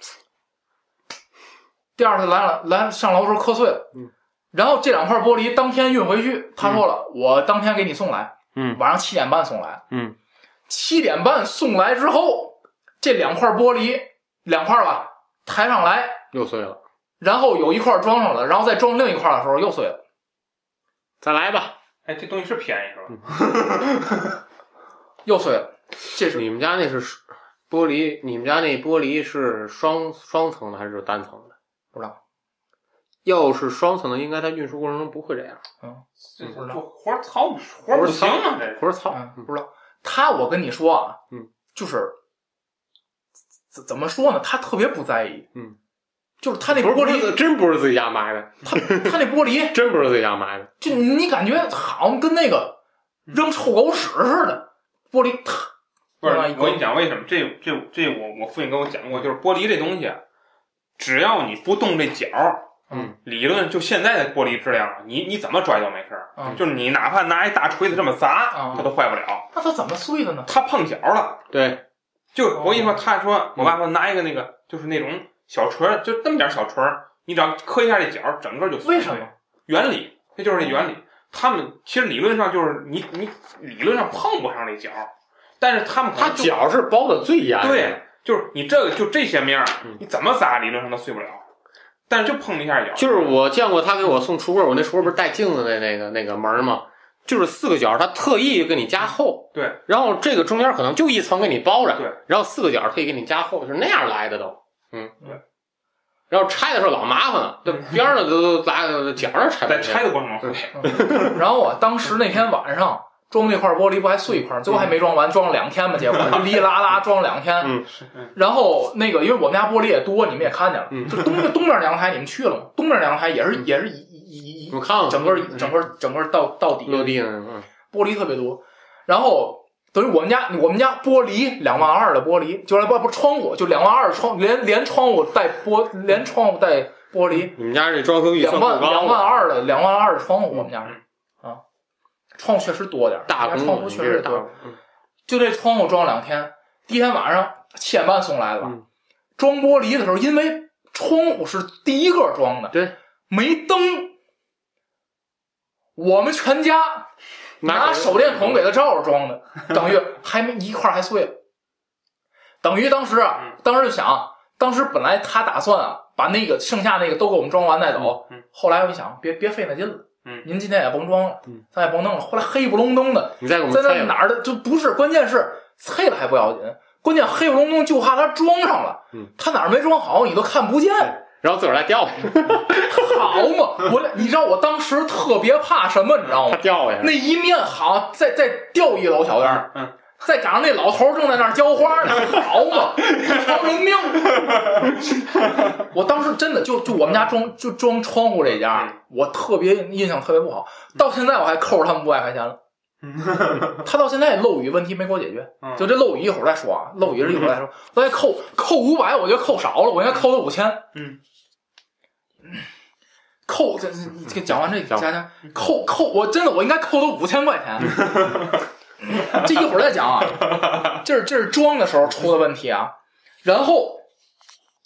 第二次来了，来上楼的时候磕碎了， 嗯， 然后这两块玻璃当天运回去，他说了，嗯、我当天给你送来， 嗯， 晚上七点半送来， 嗯， 七点半送来之后，这两块玻璃两块吧抬上来又碎了， 然后有一块装上了，然后再装另一块的时候又碎了， 再来吧， 哎，这东西是便宜是吧？ 又碎了，这是你们家那是玻璃，你们家那玻璃是双双层的还是单层的？ 不知道， 要是双层的，应该在运输过程中不会这样。 嗯， 这这活糙活不行啊，这活糙， 嗯，不知道。他，我跟你说啊， 嗯， 就是怎怎么说呢？他特别不在意， 嗯， 就是他那玻璃真不是自己家买的， 他他那玻璃真不是自己家买的， 就你感觉好像跟那个扔臭狗屎似的，玻璃它不是。我跟你讲为什么？这这这我我父亲跟我讲过，就是玻璃这东西。只要你不动这角， 嗯， 理论就现在的玻璃质量，你你怎么拽都没事， 嗯， 就是你哪怕拿一大锤子这么砸， 嗯， 它都坏不了。 那它怎么碎的呢？ 它碰角了， 对， 就我跟你说，他说我爸说拿一个那个就是那种小锤，就这么点小锤，你只要磕一下这角，整个就碎。 为什么？ 原理，这就是这原理。他们其实理论上就是你你理论上碰不上这角，但是他们他角是包的最严的， 对。就是你这个就这些面，你怎么砸理论上都碎不了，但是就碰一下角。 就是我见过他给我送橱柜，我那橱柜不是带镜子的那个那个门吗？就是四个角，他特意给你加厚， 对， 然后这个中间可能就一层给你包着， 对， 然后四个角特意给你加厚，就是那样来的都，嗯， 对。 然后拆的时候老麻烦了，这边上都拉角上拆， 在拆的过程中会。 嗯、然后我当时那天晚上。装那块玻璃不还碎一块，最后还没装完，装了两天嘛，结果就哩啦啦装了两天。 嗯， 然后那个，因为我们家玻璃也多，你们也看见了， 嗯、 就东东面阳台你们去了吗？东面阳台也是也是一一一， 我看了， 整个整个整个到到底落地呢，嗯， 玻璃特别多。然后等于我们家我们家玻璃两万二的玻璃，就是不不窗户就两万二窗，连连窗户带玻连窗户带玻璃。 你们家这装修预算两万两万二的两万二的窗户，我们家是。窗户确实多点， 大窗户确实多。 嗯、 就这窗户装了两天，第一天晚上七点半送来的吧。 嗯、 装玻璃的时候，因为窗户是第一个装的， 对， 没灯，我们全家拿手电筒给它照着装的，等于还没一块还碎了。等于当时啊，当时就想，当时本来他打算啊，把那个剩下那个都给我们装完带走。 嗯嗯、 后来我一想，别别费那劲了。 嗯， 您今天也甭装了， 嗯， 咱也甭弄了。后来黑不隆咚的， 你再给我们在那哪儿的就不是，关键是碎了还不要紧，关键黑不隆咚就怕它装上了， 嗯， 他哪儿没装好你都看不见， 然后自个儿再掉下去， 好嘛！我你知道我当时特别怕什么，你知道吗？ 他掉下去， 那一面好再再掉一楼小院， 嗯， 再赶上那老头正在那儿浇花呢，好嘛，偿人命！我当时真的就就我们家装就装窗户这家，我特别印象特别不好，到现在我还扣着他们五百块钱了。他到现在漏雨问题没给我解决，就这漏雨一会儿再说啊，漏雨是一会儿再说。我再扣扣五百，我觉得扣少了，我应该扣他五千。 嗯， 扣这这讲完这讲讲扣扣，我真的我应该扣他五千块钱。这一会儿再讲啊，这是这是装的时候出的问题啊。然后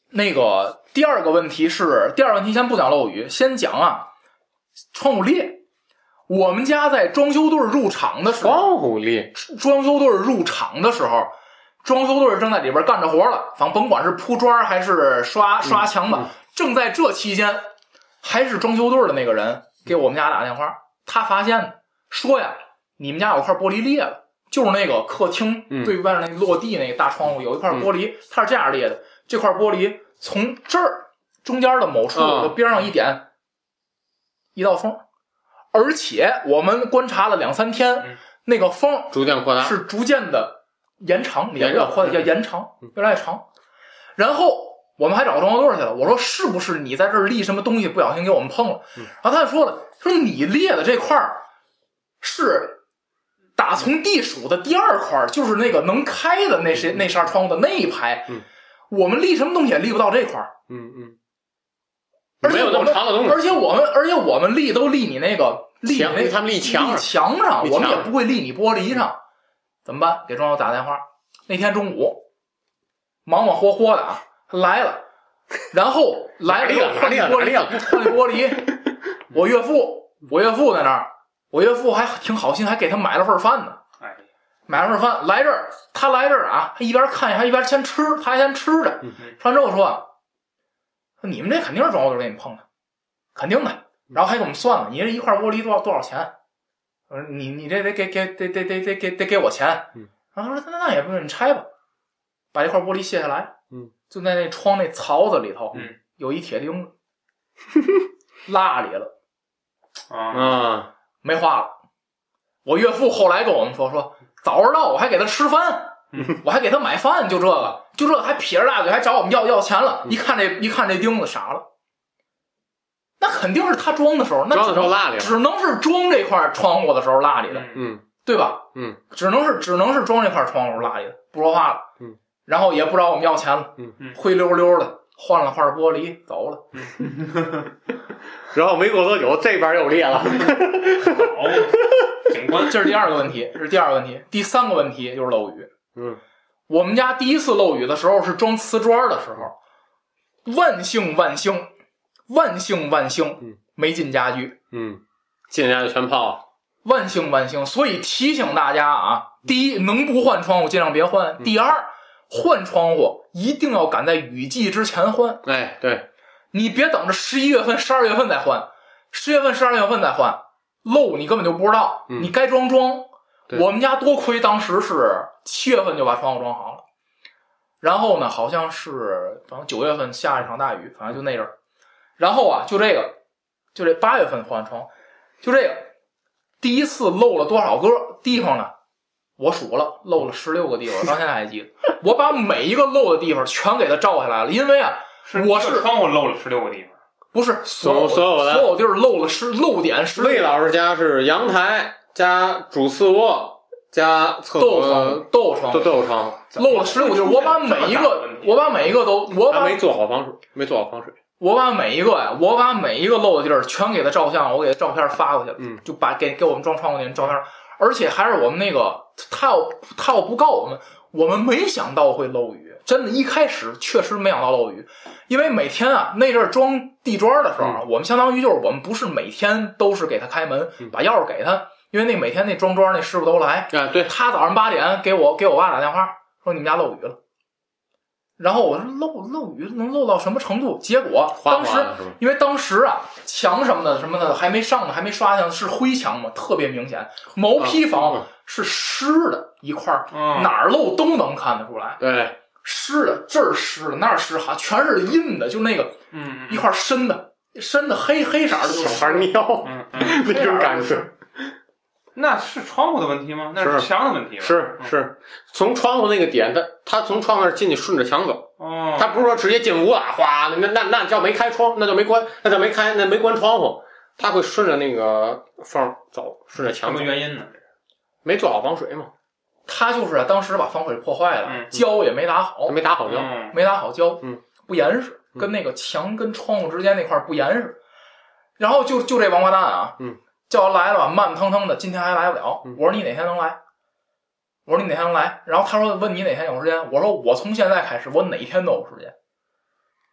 那个第二个问题是，第二个问题先不讲漏雨，先讲啊，窗户裂。我们家在装修队入场的时候， 窗户裂， 装修队入场的时候，装修队正在里边干着活了，反正甭管是铺砖还是刷刷墙的， 嗯嗯、 正在这期间，还是装修队的那个人给我们家打电话，他发现的，说呀，你们家有块玻璃裂了，就是那个客厅对外面那落地那个大窗户有一块玻璃，它是这样裂的，这块玻璃从这儿中间的某处的边上一点，一道缝。而且我们观察了两三天，嗯、那个缝逐渐扩大， 是逐渐的延长，也不要扩大，叫延长，越来越长。然后我们还找装修队去了，我说是不是你在这儿立什么东西不小心给我们碰了？ 嗯、 然后他就说了，说你裂的这块是打从地鼠的第二块，就是那个能开的那些那扇窗户的那一排， 嗯、 我们立什么东西也立不到这块。 嗯嗯。 而且我们，而且我们，而且我们立都立你那个立你那他们立墙墙上，我们也不会立你玻璃上，怎么办？给装修打电话。那天中午，忙忙活活的啊，来了，然后来了以后换玻璃，换玻璃。我岳父，我岳父在那儿，我岳父还挺好心，还给他买了份饭呢。 哎， 买了份饭来这儿，他来这儿啊，他一边看还一边先吃，他还先吃着。吃完之后说。你们这肯定是装修队给你碰的，肯定的。然后还给我们算了，你这一块玻璃多少多少钱？我说你你这得给给得得得得给得给我钱。然后他说那那也不是，你拆吧，把这块玻璃卸下来。 嗯， 就在那窗那槽子里头， 嗯， 有一铁钉子，拉里了。 啊， 没话了。我岳父后来跟我们说说，早知道我还给他吃饭。我还给他买饭，就这个，就这个还撇着大嘴，还找我们要要钱了。一看这，一看这钉子，傻了。那肯定是他装的时候，那装的时候落里了， 只能是装这块窗户的时候落里的， 嗯， 对吧？ 嗯， 只能是只能是装这块窗户落里的，不说话了。 嗯， 然后也不找我们要钱了， 嗯嗯， 灰溜溜的换了块玻璃走了。 嗯，然后没过多久，这边又裂了。 好，警官， 这是第二个问题，这是第二个问题。第三个问题就是漏雨。 嗯， 我们家第一次漏雨的时候是装瓷砖的时候，万幸万幸万幸万幸， 嗯， 没进家具， 嗯，进家就全泡了， 万幸万幸。所以提醒大家啊，第一，能不换窗户尽量别换； 嗯、 第二，换窗户一定要赶在雨季之前换。 哎，对， 你别等着十一月份、十二月份再换，十月份、十二月份再换，漏你根本就不知道， 嗯、 你该装装。我们家多亏当时是七月份就把窗户装好了，然后呢，好像是反正九月份下一场大雨，反正就那阵儿。然后啊，就这个，就这八月份换窗，就这个，第一次漏了多少个地方呢？我数了，漏了十六个地方，到现在还记得。我把每一个漏的地方全给它照下来了，因为啊，我是窗户漏了十六个地方， 不是所有所有的所有地儿漏了十漏点十。 魏老师家是阳台。加主次卧加厕所都有窗户， 都都有窗户， 漏了十六个地儿。我把每一个，我把每一个都，我把没做好防水，没做好防水。 我把每一个呀，我把每一个漏的地儿全给他照相，我给他照片发过去了， 嗯， 就把给给我们装窗户那人照片，而且还是我们那个，他要他要不告我们，我们没想到会漏雨，真的，一开始确实没想到漏雨，因为每天啊那阵儿装地砖的时候啊， 嗯、 我们相当于就是我们不是每天都是给他开门， 嗯、 把钥匙给他。因为那每天那装装那师傅都来啊，对， 他早上八点给我给我爸打电话说你们家漏雨了，然后我说漏漏雨能漏到什么程度？结果当时因为当时啊墙什么的什么的还没上呢，还没刷上，是灰墙嘛，特别明显，毛坯房是湿的一块， 嗯、 哪儿漏都能看得出来。 对， 湿的这儿湿的那儿湿，哈，全是印的，就那个嗯一块深的深的黑黑色的， 小孩尿， 嗯嗯， 那种感觉。 那是窗户的问题吗？那是墙的问题吗？ 是是，从窗户那个点，他他从窗那进去顺着墙走， 哦， 他不是说直接进屋啊，哗，那那那叫没开窗，那叫没关，那叫没开，那没关窗户，他会顺着那个缝走，顺着墙走。 什么原因呢？ 没做好防水嘛。 他就是当时把防水破坏了， 嗯、 胶也没打好， 没打好胶， 嗯、 没打好胶， 嗯， 不严实，跟那个墙跟窗户之间那块不严实。然后就就这王八蛋啊， 嗯。 叫来了吧，慢腾腾的，今天还来不了。我说你哪天能来？我说你哪天能来？然后他说问你哪天有时间？我说我从现在开始，我哪天都有时间。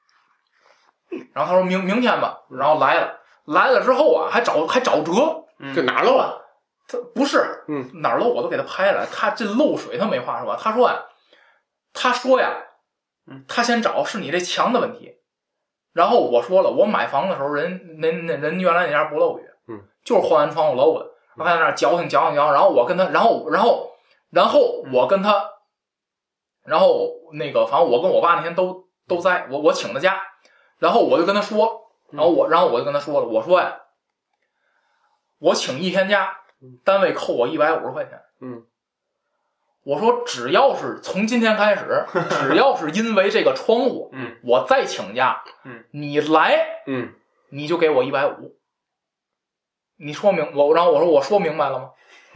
然后他说明明天吧，然后来了，来了之后啊，还找还找辙， 这哪漏啊？ 他不是， 嗯， 哪儿漏我都给他拍了。他这漏水他没话说，他说呀，他说呀，他先找是你这墙的问题。然后我说了，我买房的时候人人人人原来那家不漏雨， 嗯，就是换完窗户漏的。他在那矫情矫情矫情，然后我跟他，然后然后然后我跟他，然后那个反正我跟我爸那天都都在，我我请的假，然后我就跟他说，然后我然后我就跟他说了，我说呀，我请一天假。单位扣我一百五十块钱。 嗯， 我说只要是从今天开始，只要是因为这个窗户， 嗯， 我再请假， 嗯， 你来， 嗯， 你就给我一百五。你说明我，然后我说我说明白了吗？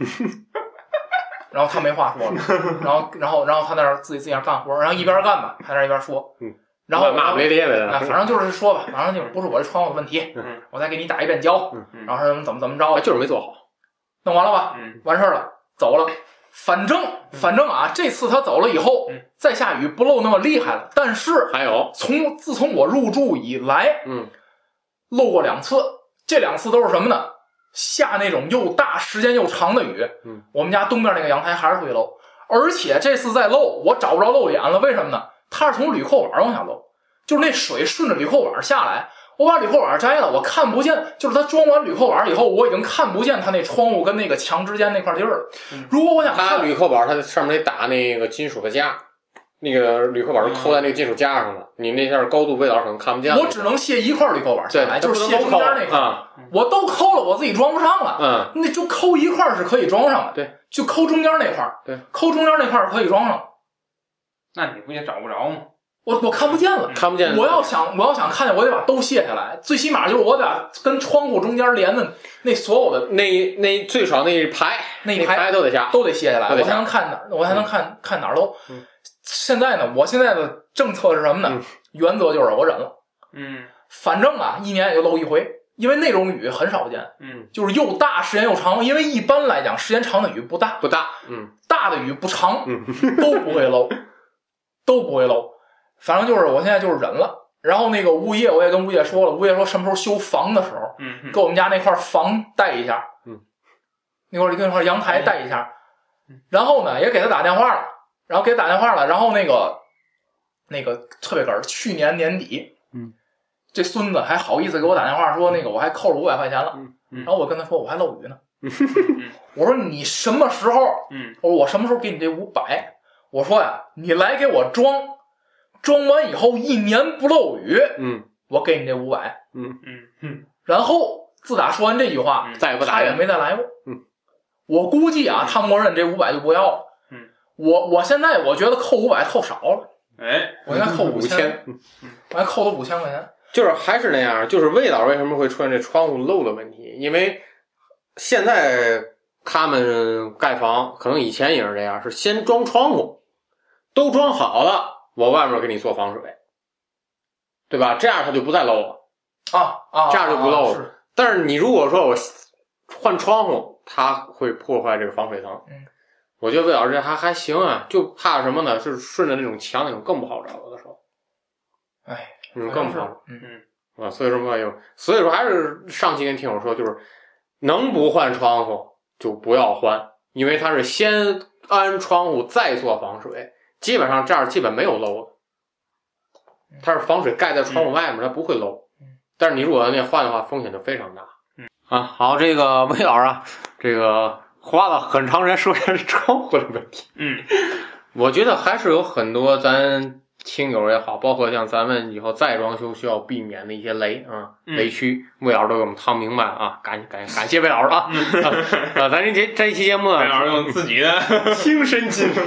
然后他没话说了，然后然后然后他在那儿自己自己那儿干活，然后一边干吧，他在那儿一边说， 嗯， 然后骂咧咧呗， 哎，反正就是说吧，反正就不是我这窗户的问题， 嗯， 我再给你打一遍胶， 嗯， 然后说怎么怎么着， 就是没做好。 弄完了吧， 嗯， 完事儿了，走了。反正反正啊，这次他走了以后， 嗯， 再下雨不漏那么厉害了。但是还有， 从自从我入住以来， 嗯， 漏过两次，这两次都是什么呢？下那种又大、时间又长的雨。 嗯，我们家东边那个阳台还是会漏，而且这次再漏，我找不着漏点了。为什么呢？它是从铝扣碗往下漏，就是那水顺着铝扣碗下来。我把铝扣碗摘了，我看不见，就是它装完铝扣碗以后，我已经看不见它那窗户跟那个墙之间那块地儿了。如果我想看， 它铝扣板，它上面得打那个金属的架，那个铝扣板是扣在那个金属架上的，你那下高度魏老师可能看不见。 我只能卸一块铝扣板下来，就是卸中间那块， 啊、 我都抠了，我自己装不上了。 嗯， 那就抠一块是可以装上的， 对， 就抠中间那块， 对， 抠中间那块是可以装上。 那你不也找不着吗？ 我我看不见了， 看不见。 我要想我要想看见，我得把都卸下来，最起码就是我得跟窗户中间连的那所有的那那最少那一排那一排排都得下， 都得卸下来， 我才能看哪儿，我才能看、嗯、看哪儿漏。 嗯， 现在呢，我现在的政策是什么呢？ 嗯、 原则就是我忍了。 嗯， 反正啊，一年也就漏一回，因为那种雨很少见。 嗯， 就是又大时间又长，因为一般来讲时间长的雨不大不大，嗯， 大的雨不长， 嗯， 都不会漏，都不会漏。反正就是我现在就是忍了，然后那个物业我也跟物业说了，物业说什么时候修房的时候， 嗯， 给我们家那块房带一下， 嗯， 那块那块阳台带一下，然后呢也给他打电话了，然后给他打电话了，然后那个那个特别哏儿，去年年底， 嗯， 这孙子还好意思给我打电话说那个我还扣了五百块钱了， 嗯嗯， 然后我跟他说我还漏雨呢，嗯，我说你什么时候， 嗯， 我说我什么时候给你这五百？我说呀，你来给我装。装完以后一年不漏雨， 嗯， 我给你这五百， 嗯嗯嗯， 然后自打说完这句话， 嗯、 再也不打他也没再来过， 嗯， 我估计啊，他默认这五百就不要了， 嗯， 我我现在我觉得扣五百扣少了， 哎， 我应该扣五千， 嗯，我还扣了五千块钱， 就是还是那样，就是魏老为什么会出现这窗户漏的问题？因为现在他们盖房，可能以前也是这样，是先装窗户，都装好了。我外面给你做防水，对吧？这样它就不再漏了啊啊， 这样就不漏了。 啊、是但是你如果说我换窗户，它会破坏这个防水层。 嗯， 我觉得魏老师这还还行啊，就怕什么呢？是顺着那种墙那种更不好找了的时候。 哎， 嗯，更不好找。 嗯嗯啊，所以说没有，所以说还是上期跟听友说，就是能不换窗户就不要换，因为它是先安窗户再做防水。基本上这儿基本没有漏的，它是防水盖在窗户外面，它不会漏。但是你如果那换的话，风险就非常大。 嗯啊，好，这个魏老师啊，这个花了很长时间说一下这窗户的问题。 嗯， 我觉得还是有很多咱听友也好，包括像咱们以后再装修需要避免的一些雷啊、 嗯、 雷区，魏老师都给我们趟明白了啊，感感感谢魏老师啊！ 嗯、 啊, 啊，咱这这这一期节目呢， 魏老师用自己的亲身经历。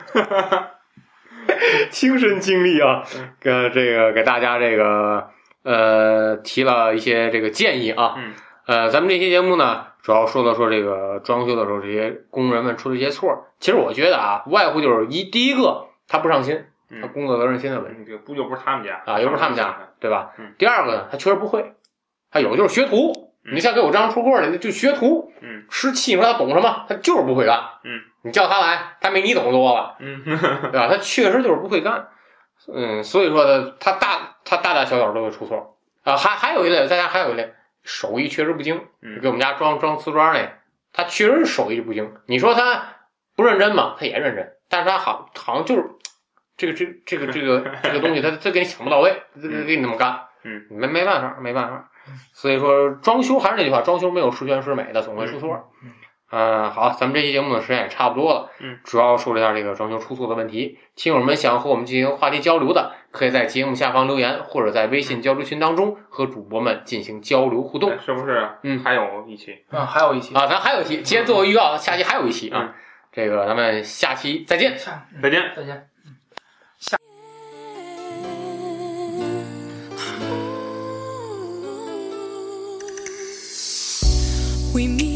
亲身经历啊，跟这个给大家这个呃提了一些这个建议啊， 嗯， 呃，咱们这期节目呢，主要说了说这个装修的时候这些工人们出的一些错。其实我觉得啊，无外乎就是一第一个他不上心，他工作责任心的问题， 这、嗯、不就不是他们家啊，又不是他们家，对吧？ 嗯。 第二个呢，他确实不会，他有就是学徒。 嗯、 你像给我这样出锅的，就学徒， 嗯， 湿气，你说他懂什么？他就是不会干， 嗯。 你叫他来，他没你懂多了， 嗯， 对吧？他确实就是不会干，嗯，所以说呢，他大他大大小小都会出错啊。还还有一类，大家还有一类手艺确实不精， 嗯给我们家装装瓷砖那，他确实是手艺不精。你说他不认真嘛？他也认真，但是他好好像就是这个这个这个这个这个东西他，他他给你想不到位，他给你那么干， 嗯， 没没办法，没办法。所以说装修还是那句话，装修没有十全十美的，总会出错。 嗯呃，好，咱们这期节目的时间也差不多了， 嗯， 主要说了一下这个装修出错的问题。听友们想和我们进行话题交流的，可以在节目下方留言，或者在微信交流群当中和主播们进行交流互动。 是不是？ 嗯， 还有一期啊，还有一期啊，咱还有一期，今天做个预告，下期还有一期啊。 嗯， 这个咱们下期再见， 下再见， 再见。 We meet